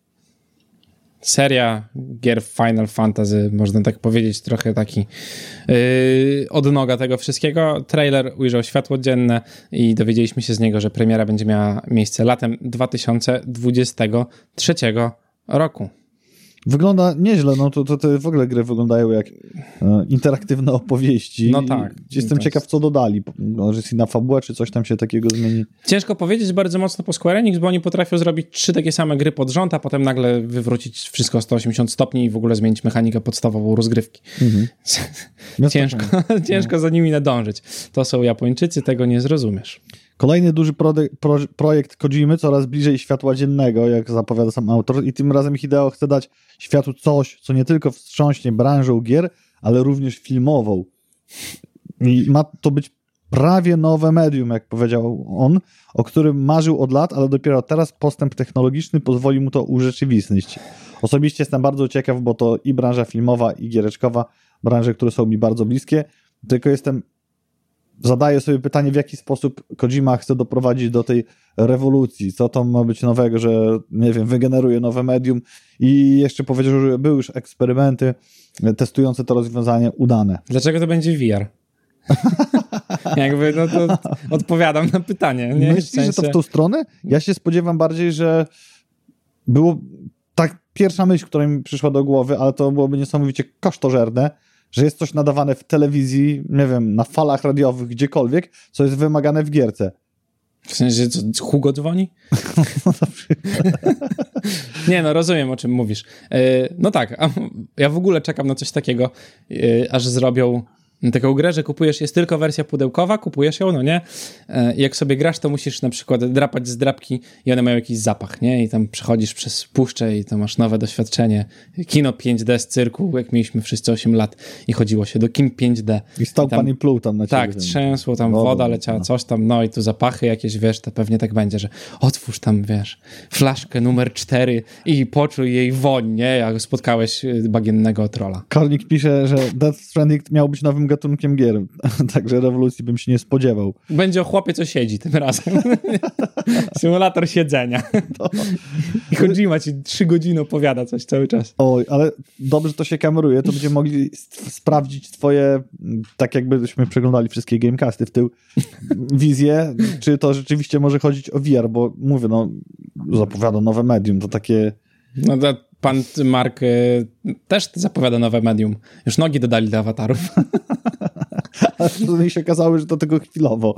seria gier Final Fantasy, można tak powiedzieć, trochę taki yy, odnoga tego wszystkiego. Trailer ujrzał światło dzienne i dowiedzieliśmy się z niego, że premiera będzie miała miejsce latem dwa tysiące dwudziestego trzeciego roku. Wygląda nieźle, no to, to te w ogóle gry wyglądają jak e, interaktywne opowieści. No tak. Jestem jest... ciekaw, co dodali. Może jest inna fabuła, czy coś tam się takiego zmieni. Ciężko powiedzieć bardzo mocno po Square Enix, bo oni potrafią zrobić trzy takie same gry pod rząd, a potem nagle wywrócić wszystko o sto osiemdziesiąt stopni i w ogóle zmienić mechanikę podstawową rozgrywki. Mhm. ciężko ciężko no. za nimi nadążyć. To są Japończycy, tego nie zrozumiesz. Kolejny duży pro, pro, projekt Kojimy, coraz bliżej światła dziennego, jak zapowiada sam autor, i tym razem Hideo chce dać światu coś, co nie tylko wstrząśnie branżą gier, ale również filmową. I ma to być prawie nowe medium, jak powiedział on, o którym marzył od lat, ale dopiero teraz postęp technologiczny pozwoli mu to urzeczywistnić. Osobiście jestem bardzo ciekaw, bo to i branża filmowa, i giereczkowa branże, które są mi bardzo bliskie, tylko jestem, zadaję sobie pytanie, w jaki sposób Kojima chce doprowadzić do tej rewolucji, co to ma być nowego, że, nie wiem, wygeneruje nowe medium i jeszcze powiedział, że były już eksperymenty testujące to rozwiązanie udane. Dlaczego to będzie V R? Jakby, no to odpowiadam na pytanie. Nie? Myślisz, w sensie... że to w tą stronę? Ja się spodziewam bardziej, że było tak pierwsza myśl, która mi przyszła do głowy, ale to byłoby niesamowicie kosztożerne, że jest coś nadawane w telewizji, nie wiem, na falach radiowych, gdziekolwiek, co jest wymagane w gierce. W sensie, co, Hugo dzwoni? Nie, no rozumiem, o czym mówisz. No tak, ja w ogóle czekam na coś takiego, aż zrobią taką grę, że kupujesz, jest tylko wersja pudełkowa, kupujesz ją, no nie? I jak sobie grasz, to musisz na przykład drapać z drapki i one mają jakiś zapach, nie? I tam przechodzisz przez puszczę i to masz nowe doświadczenie. Kino pięć D z cyrku, jak mieliśmy wszyscy osiem lat i chodziło się do kin pięć D. I stał I tam, pan i pluł tam na ciebie. Tak, trzęsło, tam woda, woda leciała, no. Coś tam, no i tu zapachy jakieś, wiesz, to pewnie tak będzie, że otwórz tam, wiesz, flaszkę numer cztery i poczuj jej woń, nie? Jak spotkałeś bagiennego trolla. Kornik pisze, że Death Stranding miał być nowym gatunkiem gier, także rewolucji bym się nie spodziewał. Będzie o chłopie, co siedzi tym razem. Symulator siedzenia. To... I Kojima ci trzy godziny opowiada coś cały czas. Oj, ale dobrze to się kameruje, to będziemy mogli sprawdzić twoje, tak jakbyśmy przeglądali wszystkie gamecasty w tył, wizję, czy to rzeczywiście może chodzić o V R, bo mówię, no zapowiada nowe medium, to takie... No to pan Mark y, też zapowiada nowe medium. Już nogi dodali do awatarów. Ale to mi się okazało, że to tylko chwilowo.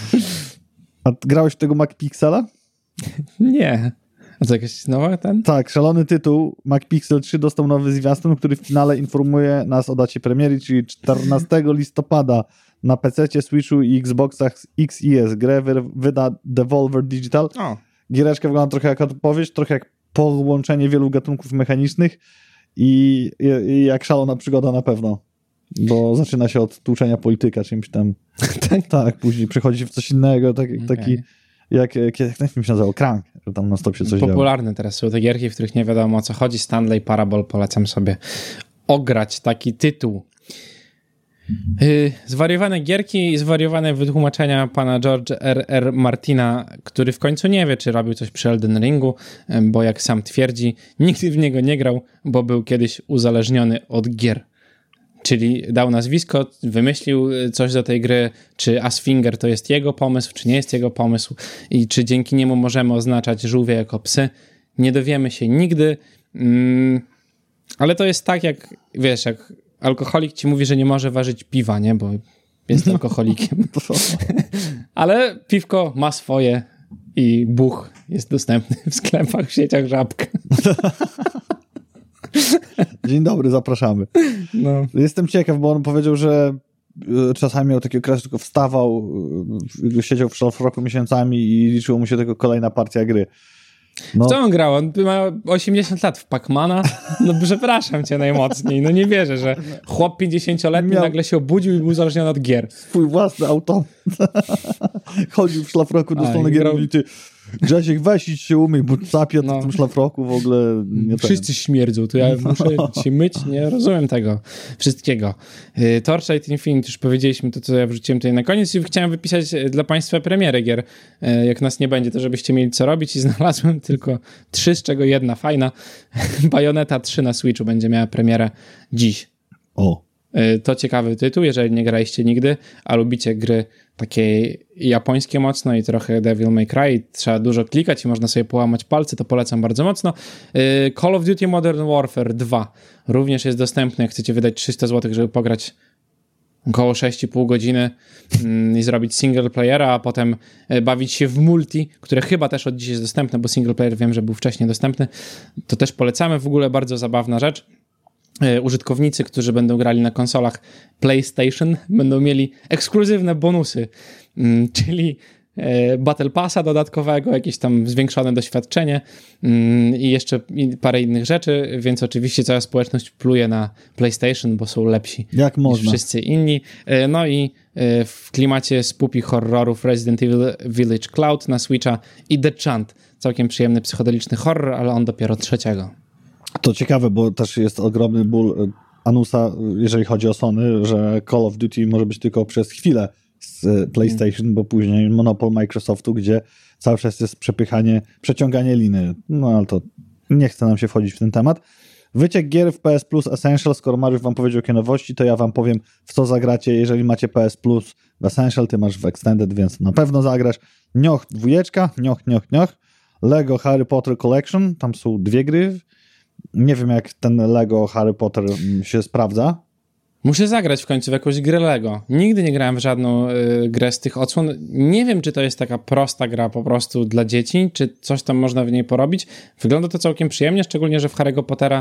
A grałeś w tego MacPixela? Nie. A to jakaś nowa ten? Tak, szalony tytuł. MacPixel trzy dostał nowy zwiastun, który w finale informuje nas o dacie premiery, czyli czternastego listopada na pececie, Switchu i Xboxach X i S. Grę wyda Devolver Digital. O. Giereczka wygląda trochę jak odpowiedź, trochę jak połączenie wielu gatunków mechanicznych i, i, i jak szalona przygoda na pewno. Bo zaczyna się od tłuczenia polityka czymś tam. tak, tak, później przechodzi w coś innego, tak, okay. taki jak, jak, jak ten film się nazywał? Crank, że tam na stop się coś Popularne działo. Teraz są te gierki, w których nie wiadomo o co chodzi. Stanley Parable, polecam sobie ograć taki tytuł. Yy, zwariowane gierki i zwariowane wytłumaczenia pana George R R. Martina, który w końcu nie wie, czy robił coś przy Elden Ringu, bo jak sam twierdzi, nigdy w niego nie grał, bo był kiedyś uzależniony od gier. Czyli dał nazwisko, wymyślił coś do tej gry, czy Asfinger to jest jego pomysł, czy nie jest jego pomysł i czy dzięki niemu możemy oznaczać żółwie jako psy. Nie dowiemy się nigdy, mm, ale to jest tak jak, wiesz, jak alkoholik ci mówi, że nie może ważyć piwa, nie, bo jest alkoholikiem. Ale piwko ma swoje i buch jest dostępny w sklepach, w sieciach Żabka. Dzień dobry, zapraszamy. No. Jestem ciekaw, bo on powiedział, że czasami miał taki okres, tylko wstawał, siedział w szlafroku miesiącami i liczyło mu się tylko kolejna partia gry. No. W co on grał? On ma osiemdziesiąt lat w Pacmana? No przepraszam cię najmocniej. No nie wierzę, że chłop pięćdziesięcioletni miał... nagle się obudził i był uzależniony od gier. Swój własny auto. Chodził w szlafroku do strony gier i mówi, ty Grzesiek, weź idź się umyj, bo sapia no. w tym szlafroku w ogóle nie Wszyscy ten. Śmierdzą, to ja muszę się myć, nie rozumiem tego wszystkiego. Torchlight Infinite, już powiedzieliśmy to, co ja wrzuciłem tutaj na koniec i chciałem wypisać dla państwa premierę gier. Jak nas nie będzie, to żebyście mieli co robić i znalazłem tylko trzy, z czego jedna fajna. Bayonetta trzy na Switchu będzie miała premierę dziś. O. To ciekawy tytuł, jeżeli nie graliście nigdy, a lubicie gry takie japońskie mocno i trochę Devil May Cry i trzeba dużo klikać i można sobie połamać palce, to polecam bardzo mocno. Call of Duty Modern Warfare dwa również jest dostępny, jak chcecie wydać trzysta złotych, żeby pograć około sześć i pół godziny i zrobić single playera, a potem bawić się w multi, które chyba też od dziś jest dostępne, bo single player wiem, że był wcześniej dostępny. To też polecamy, w ogóle bardzo zabawna rzecz. Użytkownicy, którzy będą grali na konsolach PlayStation, będą mieli ekskluzywne bonusy, czyli Battle Passa dodatkowego, jakieś tam zwiększone doświadczenie i jeszcze parę innych rzeczy, więc oczywiście cała społeczność pluje na PlayStation, bo są lepsi Jak niż można. wszyscy inni. No i w klimacie spooky horrorów Resident Evil Village Cloud na Switcha i The Chant, całkiem przyjemny psychodeliczny horror, ale on dopiero trzeciego. To ciekawe, bo też jest ogromny ból anusa, jeżeli chodzi o Sony, że Call of Duty może być tylko przez chwilę z PlayStation, bo później monopol Microsoftu, gdzie cały czas jest przepychanie, przeciąganie liny. No ale to nie chce nam się wchodzić w ten temat. Wyciek gier w P S Plus Essential, skoro Mariusz wam powiedział jakie nowości, to ja wam powiem, w co zagracie. Jeżeli macie P S Plus w Essential, ty masz w Extended, więc na pewno zagrasz. Nioh dwójeczka, nioh, nioh, nioh. Lego Harry Potter Collection, tam są dwie gry. Nie wiem, jak ten Lego Harry Potter się sprawdza. Muszę zagrać w końcu w jakąś grę Lego. Nigdy nie grałem w żadną y, grę z tych odsłon. Nie wiem, czy to jest taka prosta gra po prostu dla dzieci, czy coś tam można w niej porobić. Wygląda to całkiem przyjemnie, szczególnie, że w Harry'ego Pottera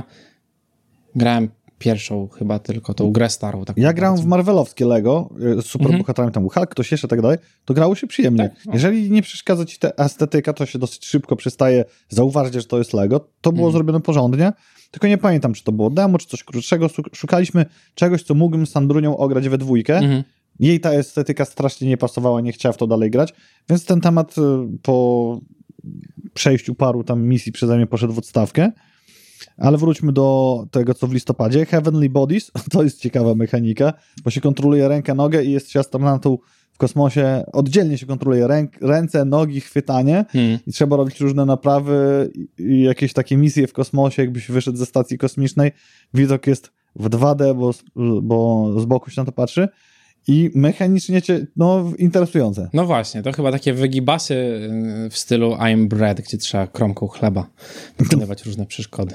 grałem pierwszą chyba tylko tą grę starą. Tak ja grałem w marvelowskie Lego, z superbohaterami, tam był Hulk, ktoś jeszcze tak dalej, to grało się przyjemnie. Tak? Jeżeli nie przeszkadza ci ta estetyka, to się dosyć szybko przestaje zauważyć, że to jest Lego. To było mm. zrobione porządnie, tylko nie pamiętam, czy to było demo, czy coś krótszego. Szukaliśmy czegoś, co mógłbym z Sandrunią ograć we dwójkę. Mm. Jej ta estetyka strasznie nie pasowała, nie chciała w to dalej grać, więc ten temat po przejściu paru tam misji przeze mnie poszedł w odstawkę. Ale wróćmy do tego, co w listopadzie. Heavenly Bodies, to jest ciekawa mechanika, bo się kontroluje rękę, nogę i jest się astronautą w kosmosie. Oddzielnie się kontroluje ręk, ręce, nogi, chwytanie hmm. i trzeba robić różne naprawy i jakieś takie misje w kosmosie, jakbyś wyszedł ze stacji kosmicznej. Widok jest w dwa D, bo, bo z boku się na to patrzy. I mechanicznie cię, no, interesujące. No właśnie, to chyba takie wygibasy w stylu I'm bread, gdzie trzeba kromką chleba pokonywać różne przeszkody.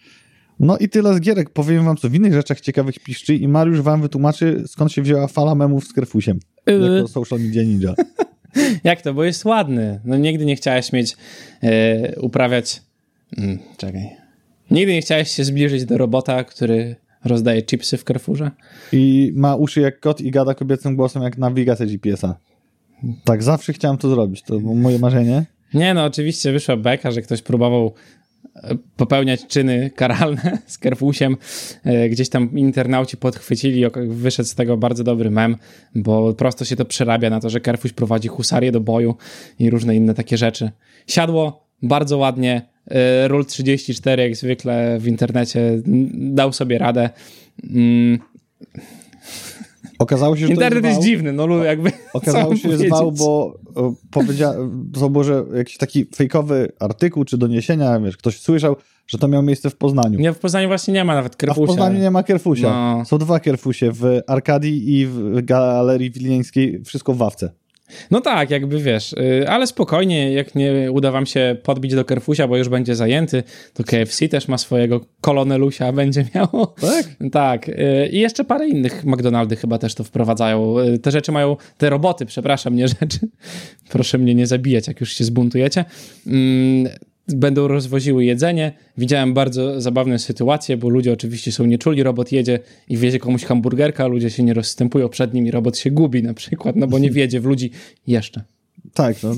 No i tyle z gierek. Powiem wam, co w innych rzeczach ciekawych piszczy i Mariusz wam wytłumaczy, skąd się wzięła fala memów z Kerfusiem. Yy. Jako social media ninja. Jak to? Bo jest ładny. No nigdy nie chciałeś mieć, yy, uprawiać... Hmm, czekaj. Nigdy nie chciałeś się zbliżyć do robota, który rozdaje chipsy w Carrefourze. I ma uszy jak kot i gada kobiecym głosem jak nawigacja G P S-a. Tak, zawsze chciałem to zrobić. To było moje marzenie. Nie, no oczywiście wyszła beka, że ktoś próbował popełniać czyny karalne z Kerfusiem. Gdzieś tam internauci podchwycili, wyszedł z tego bardzo dobry mem, bo prosto się to przerabia na to, że Kerfuś prowadzi husarię do boju i różne inne takie rzeczy. Siadło bardzo ładnie. Rule trzydzieści cztery jak zwykle w internecie dał sobie radę. Mm. Okazało się, że internet to jest, jest dziwny, no jakby. Okazało się, że jest wał, bo powiedział, to było, że jakiś taki fejkowy artykuł czy doniesienia, wiesz, ktoś słyszał, że to miało miejsce w Poznaniu. Nie, w Poznaniu właśnie nie ma nawet Kerfusia. A w Poznaniu nie ma Kerfusia. No. Są dwa Kerfusie, w Arkadii i w Galerii Wilnieńskiej, wszystko w Wawce. No tak, jakby wiesz, ale spokojnie, jak nie uda wam się podbić do Kerfusia, bo już będzie zajęty, to K F C też ma swojego kolonelusia, będzie miało. Tak? Tak. I jeszcze parę innych McDonaldy chyba też to wprowadzają. Te rzeczy mają, te roboty, przepraszam, nie rzeczy. Proszę mnie nie zabijać, jak już się zbuntujecie. Będą rozwoziły jedzenie. Widziałem bardzo zabawne sytuacje, bo ludzie oczywiście są nieczuli, robot jedzie i wiezie komuś hamburgerka, a ludzie się nie rozstępują przed nim i robot się gubi na przykład, no bo nie wiedzie w ludzi jeszcze. Tak, no.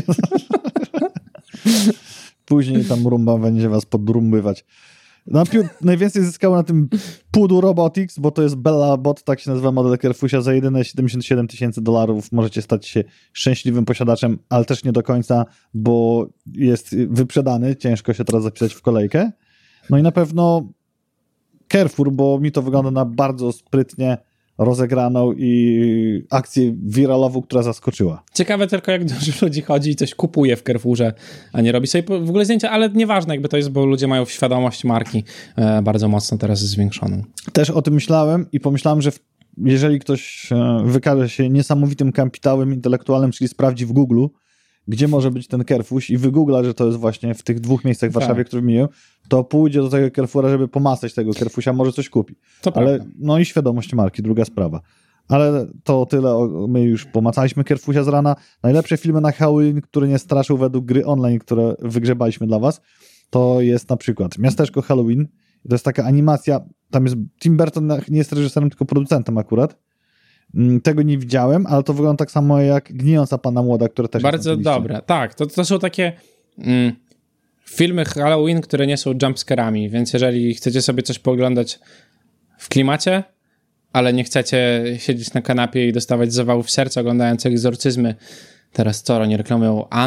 Później tam rumba będzie was podrumbywać. Napi- najwięcej zyskało na tym Pudu Robotics, bo to jest Bella Bot, tak się nazywa model Kerfusia, za jedyne siedemdziesiąt siedem tysięcy dolarów możecie stać się szczęśliwym posiadaczem, ale też nie do końca, bo jest wyprzedany, ciężko się teraz zapisać w kolejkę. No i na pewno Carrefour, bo mi to wygląda na bardzo sprytnie rozegraną i akcję wiralową, która zaskoczyła. Ciekawe tylko, jak dużo ludzi chodzi i coś kupuje w Carrefourze, a nie robi sobie w ogóle zdjęcia, ale nieważne jakby to jest, bo ludzie mają świadomość marki e, bardzo mocno teraz zwiększoną. Też o tym myślałem i pomyślałem, że w, jeżeli ktoś e, wykaże się niesamowitym kapitałem intelektualnym, czyli sprawdzi w Google, gdzie może być ten Kerfuś i wygoogla, że to jest właśnie w tych dwóch miejscach w Warszawie, tak, które wymieniłem, to pójdzie do tego Carrefoura, żeby pomasać tego Kerfusia, może coś kupi. To ale prawda. No i świadomość marki, druga sprawa. Ale to tyle, my już pomacaliśmy Kerfusia z rana. Najlepsze filmy na Halloween, które nie straszył według gry online, które wygrzebaliśmy dla was, to jest na przykład Miasteczko Halloween. To jest taka animacja, tam jest Tim Burton, nie jest reżyserem, tylko producentem akurat. Tego nie widziałem, ale to wygląda tak samo jak Gnijąca Panna Młoda, które też bardzo jest dobre, tak. To, to są takie mm, filmy Halloween, które nie są jumpscarami, więc jeżeli chcecie sobie coś pooglądać w klimacie, ale nie chcecie siedzieć na kanapie i dostawać zawałów serca oglądając egzorcyzmy, teraz co, oni reklamują Ann,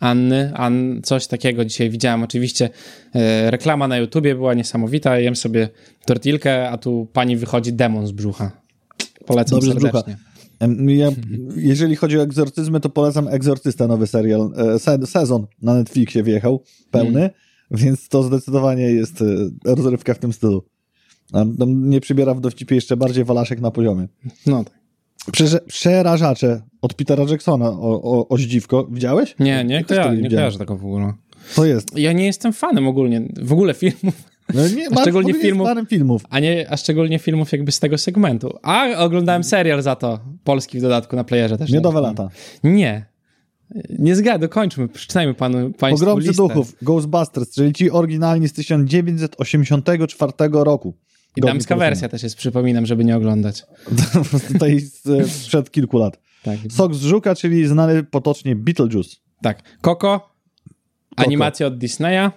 Anny, An, coś takiego dzisiaj widziałem. Oczywiście e, reklama na YouTubie była niesamowita. Jem sobie tortilkę, a tu pani wychodzi demon z brzucha. Polecam Dobrze serdecznie. Ja, jeżeli chodzi o egzorcyzmy, to polecam Egzorcysta, nowy serial. Se, sezon na Netflixie wjechał, pełny, mm. więc to zdecydowanie jest rozrywka w tym stylu. Tam nie przybiera w dowcipie jeszcze bardziej Walaszek na poziomie. No tak. Prze- Przerażacze od Petera Jacksona o, o, o dziwko. Widziałeś? Nie, nie, koja- nie kojarzę tego w ogóle. To jest. Ja nie jestem fanem ogólnie, w ogóle filmów. No nie, a szczególnie filmów, filmów. A, nie, a szczególnie filmów jakby z tego segmentu. A oglądałem serial za to, polski w dodatku na playerze też. Miodowe lata. Nie. Nie zgadzam, dokończmy, przeczytajmy panu państwu Pogromcy listę. duchów, Ghostbusters, czyli ci oryginalni z tysiąc dziewięćset osiemdziesiątego czwartego roku. I damska wersja też jest, przypominam, żeby nie oglądać. Tutaj sprzed kilku lat. Tak. Sok z żuka, czyli znany potocznie Beetlejuice. Tak. Coco, animacja od Disneya.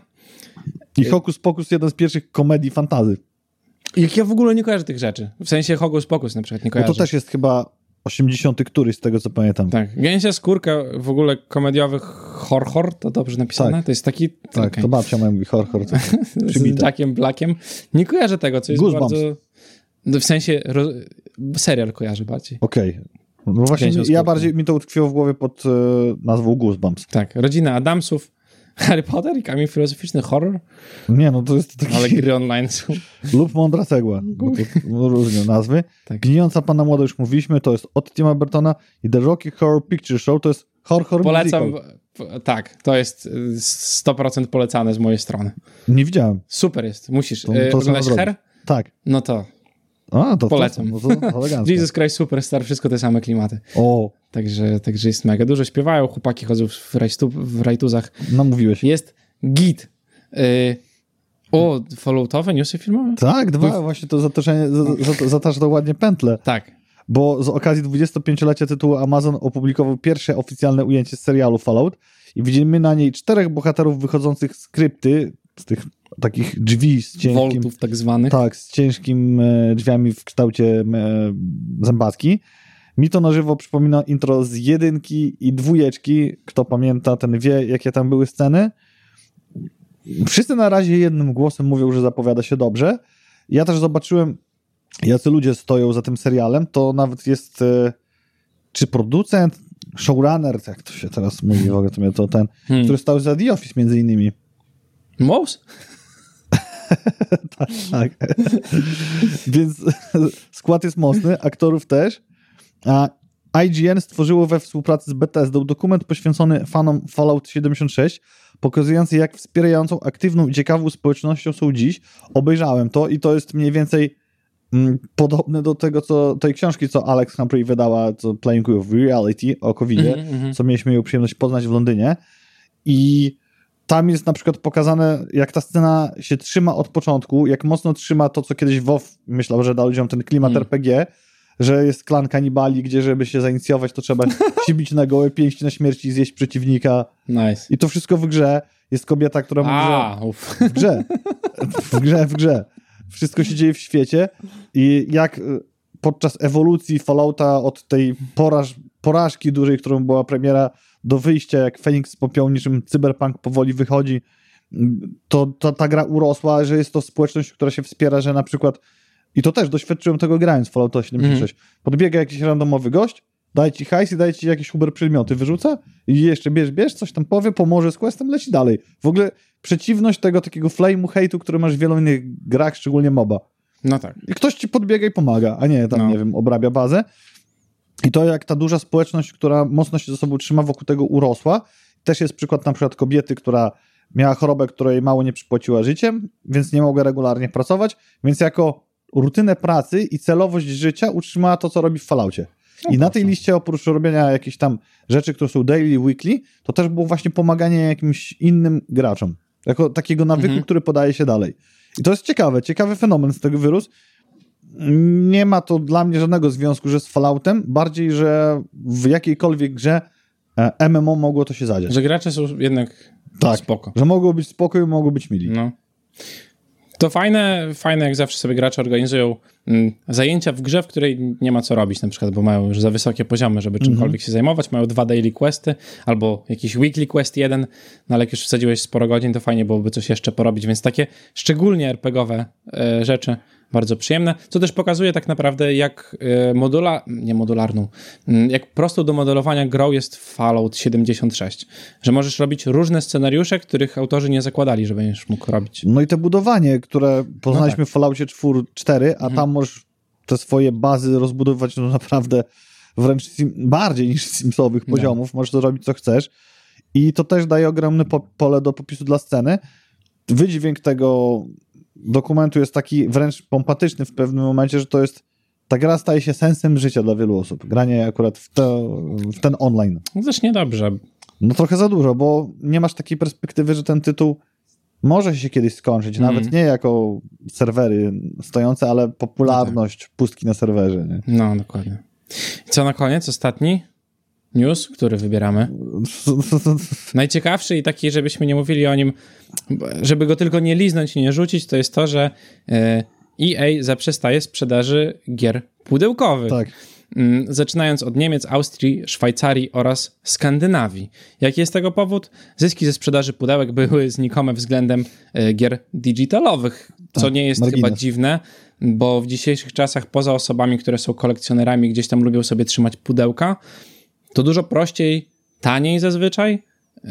I Hokus Pokus, jeden z pierwszych komedii fantasy. Jak ja w ogóle nie kojarzę tych rzeczy. W sensie Hokus Pokus na przykład nie kojarzę. No to też jest chyba osiemdziesiąty któryś z tego, co pamiętam. Tak. Gęsia skórka w ogóle komediowych horror, to dobrze napisane? Tak. To jest taki... Tak, okay. To babcia moja mówi horror. Z Jackiem Blackiem. Nie kojarzę tego, co jest Goosebumps. bardzo... W sensie ro... serial kojarzę bardziej. Okej. Okay. No właśnie ja bardziej mi to utkwiło w głowie pod e, nazwą Goosebumps. Tak. Rodzina Adamsów, Harry Potter i kamień filozoficzny horror. Nie, no to jest taki... Ale gry online są. Lub Mądra cegła, bo to różne nazwy. Tak. Gnijąca Panna Młoda już mówiliśmy, to jest od Tima Burtona i The Rocky Horror Picture Show to jest horror Polecam, musical. Tak, to jest sto procent polecane z mojej strony. Nie widziałem. Super jest, musisz. To, to oglądać Her? Tak. No to A, to polecam. To, to, to Jesus Christ Superstar, wszystko te same klimaty. O. Także, także jest mega. Dużo śpiewają, chłopaki chodzą w, rajstu, w rajtuzach. Namówiłeś. Jest git. Yy, o, Falloutowe newsy filmowe? Tak, dwa. To... Właśnie to zatoczenie, zatacza to ładnie pętlę. Tak. Bo z okazji dwudziestopięciolecia tytułu Amazon opublikował pierwsze oficjalne ujęcie z serialu Fallout i widzimy na niej czterech bohaterów wychodzących z krypty, z tych takich drzwi z ciężkim... Voltów tak zwanych. Tak, z ciężkim e, drzwiami w kształcie e, zębatki. Mi to na żywo przypomina intro z jedynki i dwójeczki. Kto pamięta, ten wie, jakie tam były sceny. Wszyscy na razie jednym głosem mówią, że zapowiada się dobrze. Ja też zobaczyłem, jacy ludzie stoją za tym serialem. To nawet jest e, czy producent, showrunner, jak to się teraz mówi, w ogóle to, to ten, hmm. który stał za The Office między innymi. Mouse? tak, tak. Więc skład jest mocny, aktorów też. A I G N stworzyło we współpracy z Bethesdą dokument poświęcony fanom Fallout siedemdziesiąt sześć, pokazujący, jak wspierającą, aktywną i ciekawą społecznością są dziś. Obejrzałem to i to jest mniej więcej mm, podobne do tego, co tej książki, co Alex Humphrey wydała, co Playing with Reality o kowidzie, mm-hmm. co mieliśmy ją przyjemność poznać w Londynie. I tam jest na przykład pokazane, jak ta scena się trzyma od początku, jak mocno trzyma to, co kiedyś WoW myślał, że da ludziom ten klimat mm. R P G, że jest klan kanibali, gdzie żeby się zainicjować, to trzeba się bić na gołe pięści na śmierć i zjeść przeciwnika. Nice. I to wszystko w grze. Jest kobieta, która mówi, A, że w grze. W grze, w grze. Wszystko się dzieje w świecie i jak podczas ewolucji Fallouta od tej poraż, porażki dużej, którą była premiera, do wyjścia, jak Feniks z popiołu, niczym cyberpunk powoli wychodzi, to, to ta gra urosła, że jest to społeczność, która się wspiera, że na przykład, i to też doświadczyłem tego grając w Fallouta siedemdziesiąt sześć, mm. podbiega jakiś randomowy gość, daje ci hajs i daje ci jakieś uber przedmioty, wyrzuca i jeszcze bierz, bierz, coś tam powie, pomoże z questem, leci dalej. W ogóle przeciwność tego takiego flame'u, hejtu, który masz w wielu innych grach, szczególnie MOBA. No tak. I ktoś ci podbiega i pomaga, a nie tam, no. nie wiem, obrabia bazę. I to jak ta duża społeczność, która mocno się ze sobą trzyma, wokół tego urosła. Też jest przykład na przykład kobiety, która miała chorobę, której mało nie przypłaciła życiem, więc nie mogła regularnie pracować, więc jako rutynę pracy i celowość życia utrzymała to, co robi w Falloutie. No I na tej liście oprócz robienia jakichś tam rzeczy, które są daily, weekly, to też było właśnie pomaganie jakimś innym graczom. Jako takiego nawyku, mhm. który podaje się dalej. I to jest ciekawe, ciekawy fenomen z tego wyrósł. Nie ma to dla mnie żadnego związku, że z Falloutem, bardziej, że w jakiejkolwiek grze M M O mogło to się zadziać. Że gracze są jednak tak, spoko. Że mogło być spoko i mogło być mili. No. To fajne, fajne, jak zawsze sobie gracze organizują mm, zajęcia w grze, w której nie ma co robić na przykład, bo mają już za wysokie poziomy, żeby czymkolwiek mm-hmm. się zajmować, mają dwa daily questy albo jakiś weekly quest jeden, no ale jak już wsadziłeś sporo godzin, to fajnie byłoby coś jeszcze porobić, więc takie szczególnie er pe gie owe e, rzeczy bardzo przyjemne, co też pokazuje tak naprawdę jak e, modula, nie modularną, m, jak prostą do modelowania grą jest Fallout siedemdziesiąt sześć, że możesz robić różne scenariusze, których autorzy nie zakładali, że będziesz mógł robić. No i te budowanie, które poznaliśmy no tak. w Falloutie cztery, a mhm. tam możesz te swoje bazy rozbudowywać no naprawdę wręcz sim, bardziej niż simsowych poziomów, no. możesz to robić co chcesz i to też daje ogromne po, pole do popisu dla sceny. Wydźwięk tego dokumentu jest taki wręcz pompatyczny w pewnym momencie, że to jest, ta gra staje się sensem życia dla wielu osób. Granie akurat w, te, w ten online. No też niedobrze. No trochę za dużo, bo nie masz takiej perspektywy, że ten tytuł może się kiedyś skończyć, mm. nawet nie jako serwery stojące, ale popularność no tak. pustki na serwerze. Nie? No, dokładnie. I co na koniec? Ostatni news, który wybieramy? Najciekawszy i taki, żebyśmy nie mówili o nim, żeby go tylko nie liznąć i nie rzucić, to jest to, że e a zaprzestaje sprzedaży gier pudełkowych. Tak. Zaczynając od Niemiec, Austrii, Szwajcarii oraz Skandynawii. Jaki jest tego powód? Zyski ze sprzedaży pudełek były znikome względem gier digitalowych, co tak, nie jest margines. Chyba dziwne, bo w dzisiejszych czasach poza osobami, które są kolekcjonerami, gdzieś tam lubią sobie trzymać pudełka, to dużo prościej, taniej zazwyczaj yy,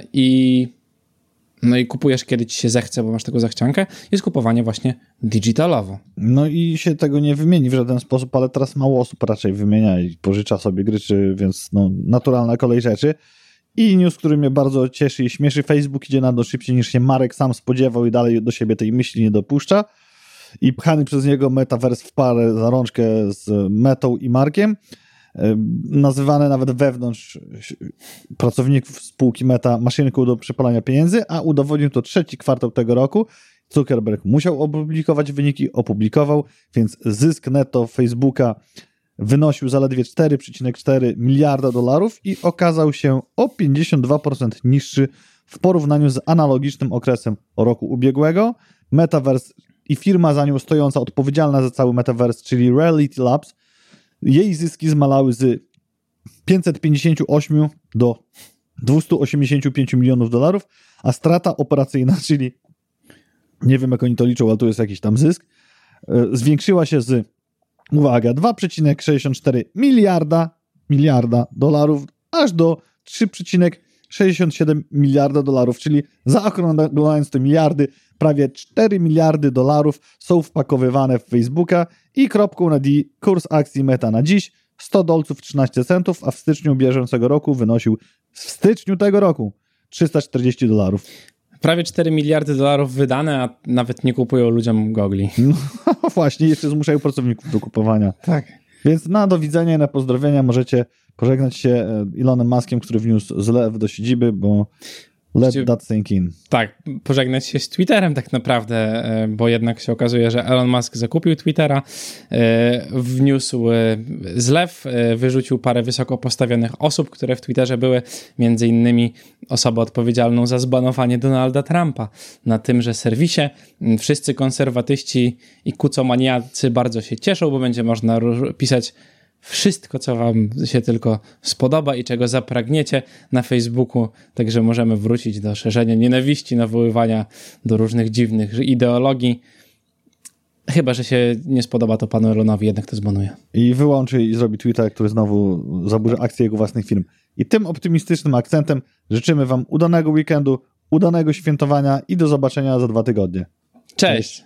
i no i kupujesz, kiedy ci się zechce, bo masz tego zachciankę, jest kupowanie właśnie digitalowo. No i się tego nie wymieni w żaden sposób, ale teraz mało osób raczej wymienia i pożycza sobie gry, czy, więc no, naturalna kolej rzeczy. I news, który mnie bardzo cieszy i śmieszy, Facebook idzie na to szybciej niż się Marek sam spodziewał i dalej do siebie tej myśli nie dopuszcza. I pchany przez niego Metaverse w parę za rączkę z Metą i Markiem, nazywane nawet wewnątrz pracowników spółki Meta maszynką do przepalania pieniędzy, a udowodnił to trzeci kwartał tego roku. Zuckerberg musiał opublikować wyniki, opublikował, więc zysk netto Facebooka wynosił zaledwie cztery przecinek cztery miliarda dolarów i okazał się o pięćdziesiąt dwa procent niższy w porównaniu z analogicznym okresem roku ubiegłego. Metaverse i firma za nią stojąca, odpowiedzialna za cały Metaverse, czyli Reality Labs, jej zyski zmalały z pięćset pięćdziesiąt osiem do dwieście osiemdziesiąt pięć milionów dolarów, a strata operacyjna, czyli nie wiem jak oni to liczą, ale to jest jakiś tam zysk, zwiększyła się z, uwaga, dwa przecinek sześćdziesiąt cztery miliarda miliarda dolarów aż do trzy przecinek sześćdziesiąt siedem miliarda dolarów, czyli zaokrąglając te miliardy, prawie cztery miliardy dolarów są wpakowywane w Facebooka i kropką na D kurs akcji Meta na dziś sto dolców trzynaście centów, a w styczniu bieżącego roku wynosił w styczniu tego roku trzysta czterdzieści dolarów. Prawie cztery miliardy dolarów wydane, a nawet nie kupują ludziom gogli. No właśnie, jeszcze zmuszają pracowników do kupowania. Tak. Więc na do widzenia i na pozdrowienia możecie pożegnać się Elonem Muskiem, który wniósł zlew do siedziby, bo let that sink in. Tak, pożegnać się z Twitterem tak naprawdę, bo jednak się okazuje, że Elon Musk zakupił Twittera, wniósł zlew, wyrzucił parę wysoko postawionych osób, które w Twitterze były, między innymi osobę odpowiedzialną za zbanowanie Donalda Trumpa na tymże serwisie. Wszyscy konserwatyści i kucomaniacy bardzo się cieszą, bo będzie można pisać wszystko, co wam się tylko spodoba i czego zapragniecie na Facebooku, także możemy wrócić do szerzenia nienawiści, nawoływania do różnych dziwnych ideologii. Chyba że się nie spodoba to panu Elonowi, jednak to zbanuje. I wyłączy i zrobi tweeta, który znowu zaburzy akcję jego własnych firm. I tym optymistycznym akcentem życzymy wam udanego weekendu, udanego świętowania i do zobaczenia za dwa tygodnie. Cześć!